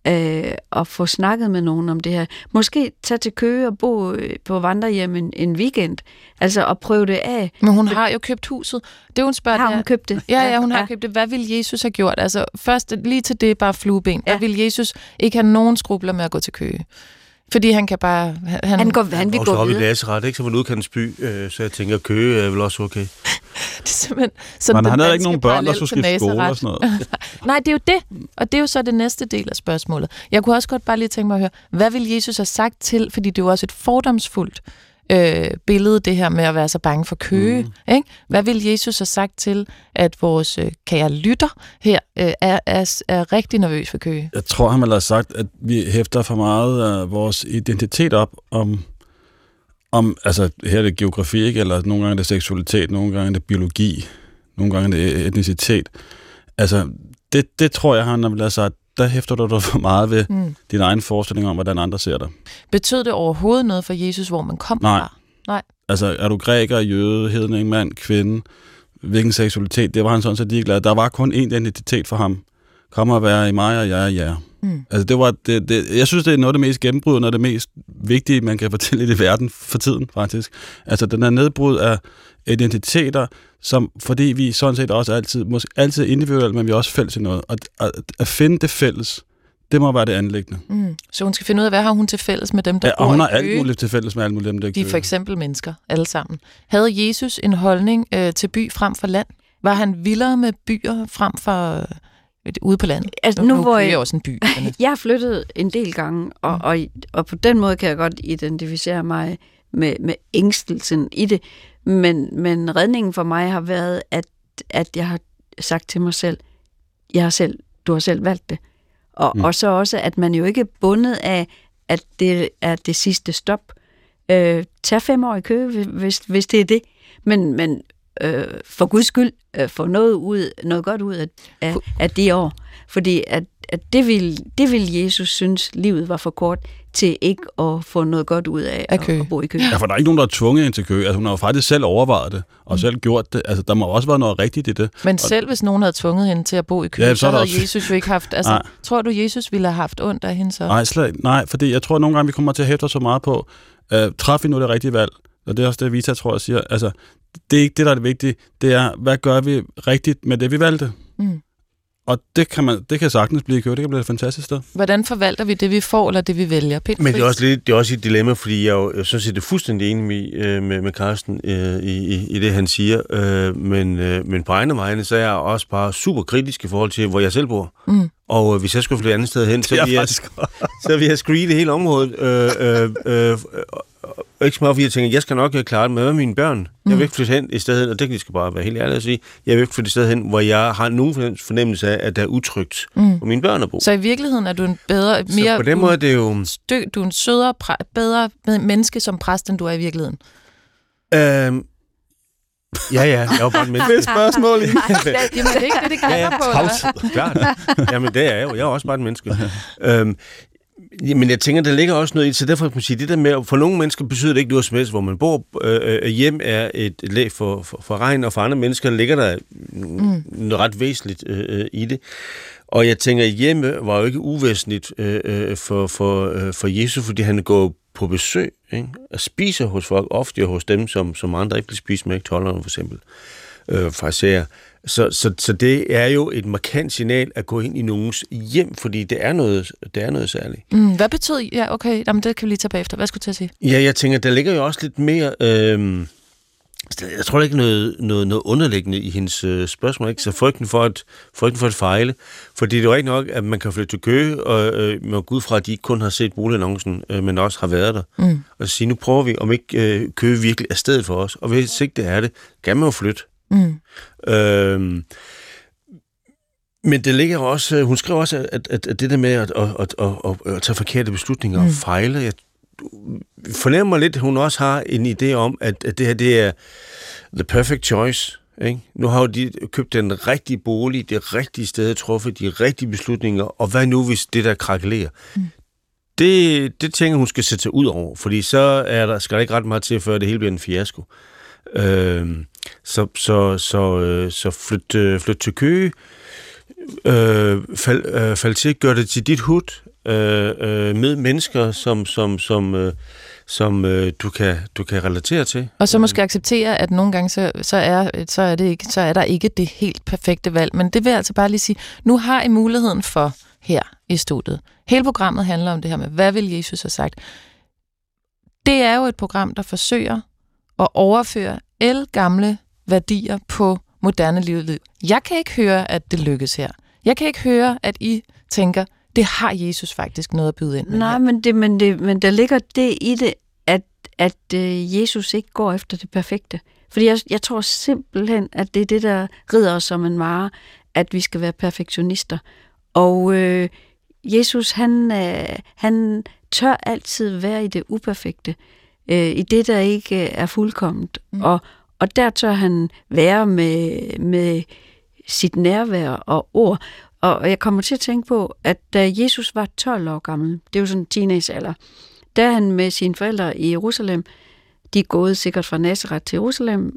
[SPEAKER 4] at få snakket med nogen om det her. Måske tage til Køge og bo på vandrehjem en weekend, altså at prøve det af.
[SPEAKER 2] Men hun har jo købt huset. Det hun spørger,
[SPEAKER 4] har hun købt det?
[SPEAKER 2] Ja, hun har købt det. Hvad ville Jesus have gjort? Altså først lige til det bare flueben. Der ville Jesus ikke have nogen skrubler med at gå til Køge. Fordi han kan bare... Han
[SPEAKER 4] vil gå videre.
[SPEAKER 3] Op i Nazaret, ikke? Som en udkantsby, så jeg tænker, Køge er vel også okay.
[SPEAKER 2] Det er simpelthen... Men
[SPEAKER 5] han havde ikke nogen børn, der skulle skifte skole og sådan noget.
[SPEAKER 2] Nej, det er jo det. Og det er jo så det næste del af spørgsmålet. Jeg kunne også godt bare lige tænke mig at høre, hvad vil Jesus have sagt til? Fordi det er jo også et fordomsfuldt billede, det her med at være så bange for Køge. Ikke? Hvad vil Jesus have sagt til, at vores kære lytter her er rigtig nervøs for Køge?
[SPEAKER 5] Jeg tror, han ville have sagt, at vi hæfter for meget af vores identitet op om altså her er det geografi, ikke? Eller nogle gange er det seksualitet, nogle gange er det biologi, nogle gange er det etnicitet. Altså, det tror jeg, han ville have sagt, der hæfter du dig for meget ved din egen forestilling om, hvordan andre ser dig.
[SPEAKER 2] Betød det overhovedet noget for Jesus, hvor man kom fra? Nej.
[SPEAKER 5] Altså, er du græker, jøde, hedning, mand, kvinde, hvilken seksualitet, det var han sådan set ligeglad. Der var kun én identitet for ham. Kom og være i mig, og jeg er jer. Altså, det var jeg synes, det er noget af det mest gennembrydende og det mest vigtige, man kan fortælle i verden for tiden, faktisk. Altså, den er nedbrud af identiteter, som, fordi vi sådan set også altid individuelt, men vi er også fælles i noget. Og at finde det fælles, det må være det anliggende.
[SPEAKER 2] Så hun skal finde ud af, hvad har hun til fælles med dem, der bor i Køge?
[SPEAKER 5] Og hun har alt muligt til fælles med alle mulige dem, der
[SPEAKER 2] de er for eksempel mennesker, alle sammen. Havde Jesus en holdning til by frem for land? Var han vildere med byer frem for ude på landet?
[SPEAKER 4] Altså, nu hvor
[SPEAKER 2] jeg også en by.
[SPEAKER 4] Jeg har flyttet en del gange, og på den måde kan jeg godt identificere mig med ængstelsen i det. Men redningen for mig har været, at jeg har sagt til mig selv, du har selv valgt det. Og så også, at man jo ikke er bundet af, at det er det sidste stop. Tag 5 år i Køge, hvis det er det. Men for Guds skyld, få noget godt ud af det år. Fordi at det vil Jesus synes, livet var for kort til ikke at få noget godt ud af at bo i Køge.
[SPEAKER 5] Ja, for der er ikke nogen, der er tvunget ind til Køge. Altså, hun har jo faktisk selv overvejet det, og selv gjort det. Altså, der må også være noget rigtigt i det.
[SPEAKER 2] Men selv hvis nogen havde tvunget hende til at bo i Køge, så havde Jesus jo ikke haft... Altså, tror du, Jesus ville have haft ondt af hende så?
[SPEAKER 5] Nej, fordi jeg tror, at nogle gange, vi kommer til at hæfte så meget på, træffer vi nu det rigtige valg? Og det er også det, Vita, tror jeg, siger. Altså, det er ikke det, der er det vigtige. Det er, hvad gør vi rigtigt med det, vi valgte? Og det kan sagtens blive Køge. Det kan blive et fantastisk sted.
[SPEAKER 2] Hvordan forvalter vi det, vi får, eller det, vi vælger?
[SPEAKER 3] Men det er også et dilemma, fordi jeg synes, det er fuldstændig enig med Carsten i det, han siger. Men på egne vegne, så er jeg også bare super kritisk i forhold til, hvor jeg selv bor. Og hvis jeg skulle flytte et andet sted hen, så vil jeg screene hele området. Ikke så meget, fordi jeg tænker, jeg skal nok klare det med mine børn. Jeg vil ikke flytte hen et sted hen, og det kan jeg bare være helt ærlig at sige. Jeg vil ikke flytte et sted hen, hvor jeg har nogen fornemmelse af, at det er utrygt for mine børn at bo.
[SPEAKER 2] Så i virkeligheden er du en bedre, mere...
[SPEAKER 3] Så på den måde det er jo...
[SPEAKER 2] Du er en sødere, bedre menneske som præst, end du er i virkeligheden?
[SPEAKER 3] Ja, jeg var bare et menneske.
[SPEAKER 5] Det er spørgsmål, ikke?
[SPEAKER 2] Jamen, det er ikke det kalder på.
[SPEAKER 3] Tavshed. Klart. Jamen, det er jeg jo. Jeg er også bare et menneske. Men jeg tænker, der ligger også noget i, så derfor kan man sige, det der med, for nogle mennesker betyder det ikke noget som helst, hvor man bor. Hjem er et læg for regn, og for andre mennesker ligger der noget ret væsentligt i det. Og jeg tænker, hjemme var jo ikke uvæsentligt for Jesus, fordi han går på besøg, ikke? Og spiser hos folk, ofte hos dem, som andre ikke vil spise med, tolderne for eksempel, farisæer. Så det er jo et markant signal at gå ind i nogens hjem, fordi det er noget særligt.
[SPEAKER 2] Hvad betyder... Ja, okay, jamen, det kan vi lige tage bagefter. Hvad skulle du til at sige?
[SPEAKER 3] Ja, jeg tænker, der ligger jo også lidt mere... jeg tror ikke noget underliggende i hendes spørgsmål, ikke? Så frygten for at fejle. Fordi det er jo ikke nok, at man kan flytte til Køge, og med Gud fra, at de ikke kun har set boligannoncen, men også har været der. Og så sige, nu prøver vi, om ikke Køge virkelig er stedet for os. Og hvis ikke det er det, kan man jo flytte. Men det ligger også, hun skrev også, at det der med at tage forkerte beslutninger og fejle, jeg fornemmer lidt, at hun også har en idé om, at det her, det er the perfect choice. Ikke? Nu har jo de købt den rigtige bolig, det rigtige sted, truffet de rigtige beslutninger, og hvad nu, hvis det der krakelerer? Det tænker hun skal sætte sig ud over, fordi så skal der ikke ret meget til, før det hele bliver en fiasko. Så flyt til Køge, fald til, gør det til dit hud, med mennesker, som du kan relatere til.
[SPEAKER 2] Og så måske acceptere, at nogle gange så er der ikke det helt perfekte valg. Men det vil jeg altså bare lige sige, nu har I muligheden for her i studiet. Hele programmet handler om det her med, hvad vil Jesus have sagt? Det er jo et program, der forsøger at overføre gamle værdier på moderne liv. Jeg kan ikke høre, at det lykkes her. Jeg kan ikke høre, at I tænker, det har Jesus faktisk noget at byde ind med.
[SPEAKER 4] Nej, men der ligger det i det, at Jesus ikke går efter det perfekte. Fordi jeg tror simpelthen, at det er det, der rider os som en mare, at vi skal være perfektionister. Og Jesus, han tør altid være i det uperfekte, i det, der ikke er fuldkomment. Og der tør han være med sit nærvær og ord. Og jeg kommer til at tænke på, at da Jesus var 12 år gammel, det er jo sådan en teenagealder, der er han med sine forældre i Jerusalem. De er gået sikkert fra Nazareth til Jerusalem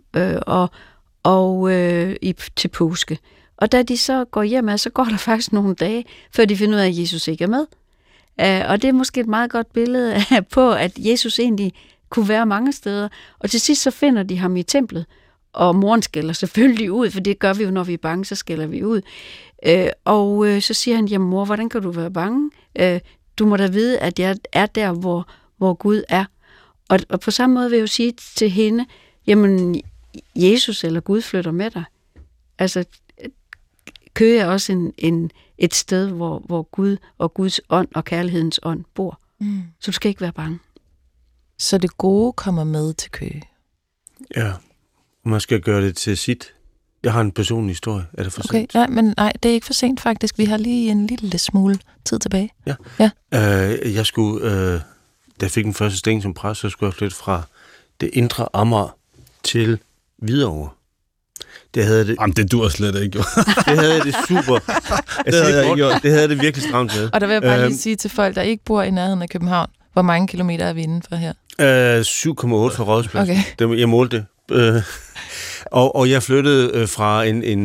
[SPEAKER 4] til påske. Og da de så går hjem, så går der faktisk nogle dage, før de finder ud af, at Jesus ikke er med. Og det er måske et meget godt billede på, at Jesus egentlig kunne være mange steder. Og til sidst så finder de ham i templet. Og moren skælder selvfølgelig ud, for det gør vi jo, når vi er bange, så skælder vi ud. Så siger han, jamen mor, hvordan kan du være bange? Du må da vide, at jeg er der, hvor Gud er. Og på samme måde vil jeg jo sige til hende, jamen Jesus eller Gud flytter med dig. Altså, Køge er også et sted, hvor Gud og Guds ånd og kærlighedens ånd bor. Så du skal ikke være bange.
[SPEAKER 2] Så det gode kommer med til Køge.
[SPEAKER 3] Ja, man skal gøre det til sit. Jeg har en personlig historie. Er det for sent?
[SPEAKER 2] Nej, det er ikke for sent faktisk. Vi har lige en lille smule tid tilbage.
[SPEAKER 3] Ja. Jeg skulle, da jeg fik den første stilling som præst, så skulle jeg flytte fra det indre Amager til Hvidovre. Det havde det.
[SPEAKER 5] Jamen, det dur slet ikke, jo.
[SPEAKER 3] Det havde det super. Det havde det virkelig stramt med.
[SPEAKER 2] Og der vil jeg bare lige sige til folk, der ikke bor i nærheden af København, hvor mange kilometer er vi inden for her?
[SPEAKER 3] 7,8 fra Rådhuspladsen. Okay. Jeg målte det. Og jeg flyttede fra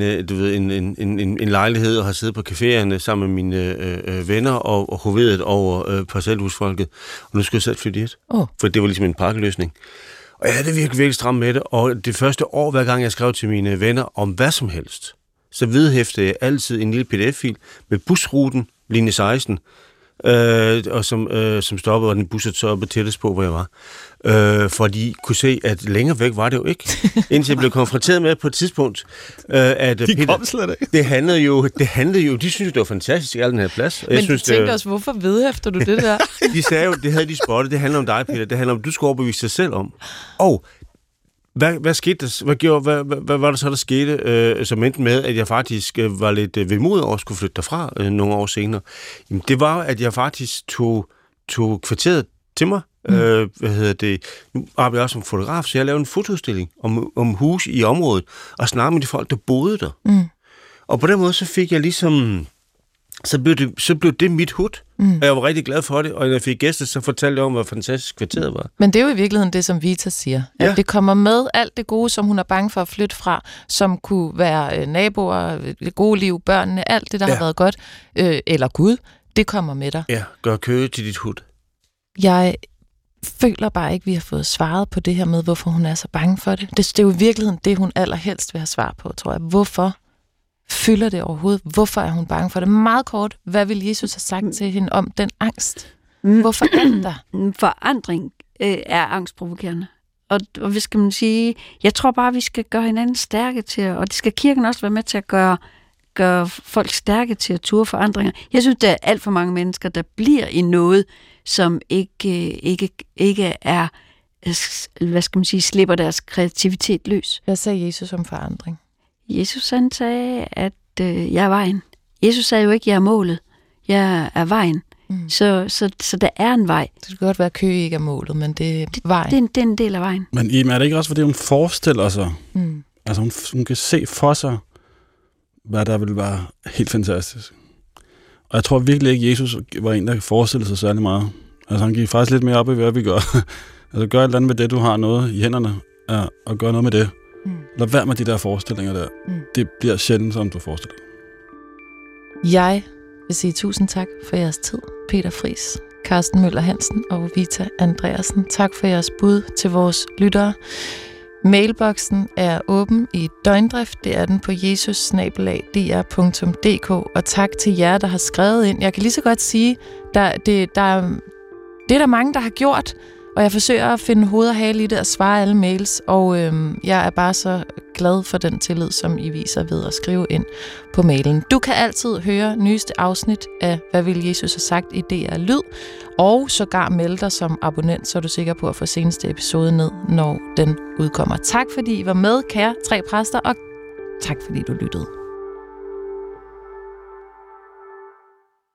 [SPEAKER 3] en lejlighed og har siddet på caféerne sammen med mine venner og hovedet over parcelhusfolket. Og nu skal jeg selv flytte hit. For det var ligesom en pakkeløsning. Og jeg havde det virkelig stramt med det. Og det første år, hver gang jeg skrev til mine venner om hvad som helst, så vedhæftede jeg altid en lille pdf-fil med busruten, linje 16, og som stoppede, og den busset så oppe tættest på, hvor jeg var. For de kunne se, at længere væk var det jo ikke. Indtil jeg blev konfronteret med på et tidspunkt, at
[SPEAKER 5] de kom slet ikke.
[SPEAKER 3] Det handlede jo, de synes det var fantastisk, al den her plads. Og
[SPEAKER 2] men jeg tænkte også, hvorfor vedhæfter du det der?
[SPEAKER 3] De sagde jo, det havde de spottet, det handler om dig, Peter, det handler om, du skal overbevise dig selv om. Og hvad skete der? Hvad var det så, der skete, som endte med, at jeg faktisk var lidt vemodig over at skulle flytte derfra nogle år senere? Jamen, det var, at jeg faktisk tog kvarteret til mig. Nu arbejder jeg også som fotograf, så jeg lavede en fotoudstilling om hus i området, og snakkede med de folk, der boede der. Og på den måde, så fik jeg ligesom... Så blev det mit hud, og jeg var rigtig glad for det, og når jeg fik gæster, så fortalte jeg om, hvor fantastisk kvarteret var.
[SPEAKER 2] Men det er jo i virkeligheden det, som Vita siger. At det kommer med alt det gode, som hun er bange for at flytte fra, som kunne være naboer, det gode liv, børnene, alt det, der har været godt, eller Gud, det kommer med dig.
[SPEAKER 3] Ja, gør køge til dit hud.
[SPEAKER 2] Jeg føler bare ikke, vi har fået svaret på det her med, hvorfor hun er så bange for det. Det er jo i virkeligheden det, hun allerhelst vil have svar på, tror jeg. Hvorfor fylder det overhovedet? Hvorfor er hun bange for det? Meget kort, hvad vil Jesus have sagt til hende om den angst? Hvorfor er den der?
[SPEAKER 4] Forandring er angstprovokerende. Og hvad skal man sige? Jeg tror bare, vi skal gøre hinanden stærke til, og det skal kirken også være med til at gøre folk stærke til at ture forandringer. Jeg synes, der er alt for mange mennesker, der bliver i noget, som ikke er, hvad skal man sige, slipper deres kreativitet løs.
[SPEAKER 2] Hvad sagde Jesus om forandring?
[SPEAKER 4] Jesus han sagde, at jeg er vejen. Jesus sagde jo ikke, at jeg er målet. Jeg er vejen. Så der er en vej.
[SPEAKER 2] Det kan godt være, at kø ikke er målet, men det er vejen.
[SPEAKER 4] Det er en del af vejen.
[SPEAKER 5] Men Iben, er det ikke også, fordi hun forestiller sig? Altså hun kan se for sig, hvad der vil være helt fantastisk. Og jeg tror virkelig ikke, Jesus var en, der forestillede sig særlig meget. Altså han gik faktisk lidt mere op i, hvad vi gør. Altså gør et eller andet med det, du har noget i hænderne, og gør noget med det. Lad være med de der forestillinger der. Det bliver sjældent, som du forestiller.
[SPEAKER 2] Jeg vil sige tusind tak for jeres tid. Peter Friis, Carsten Møller Hansen og Vita Andreasen. Tak for jeres bud til vores lyttere. Mailboksen er åben i døgndrift. Det er den på jesus@dr.dk. Og tak til jer, der har skrevet ind. Jeg kan lige så godt sige, det er der mange, der har gjort. Og jeg forsøger at finde hoved og hale i det og svare alle mails, og jeg er bare så glad for den tillid, som I viser ved at skrive ind på mailen. Du kan altid høre nyeste afsnit af Hvad vil Jesus have sagt i DR Lyd, og sågar melde dig som abonnent, så er du sikker på at få seneste episode ned, når den udkommer. Tak fordi I var med, kære tre præster, og tak fordi du lyttede.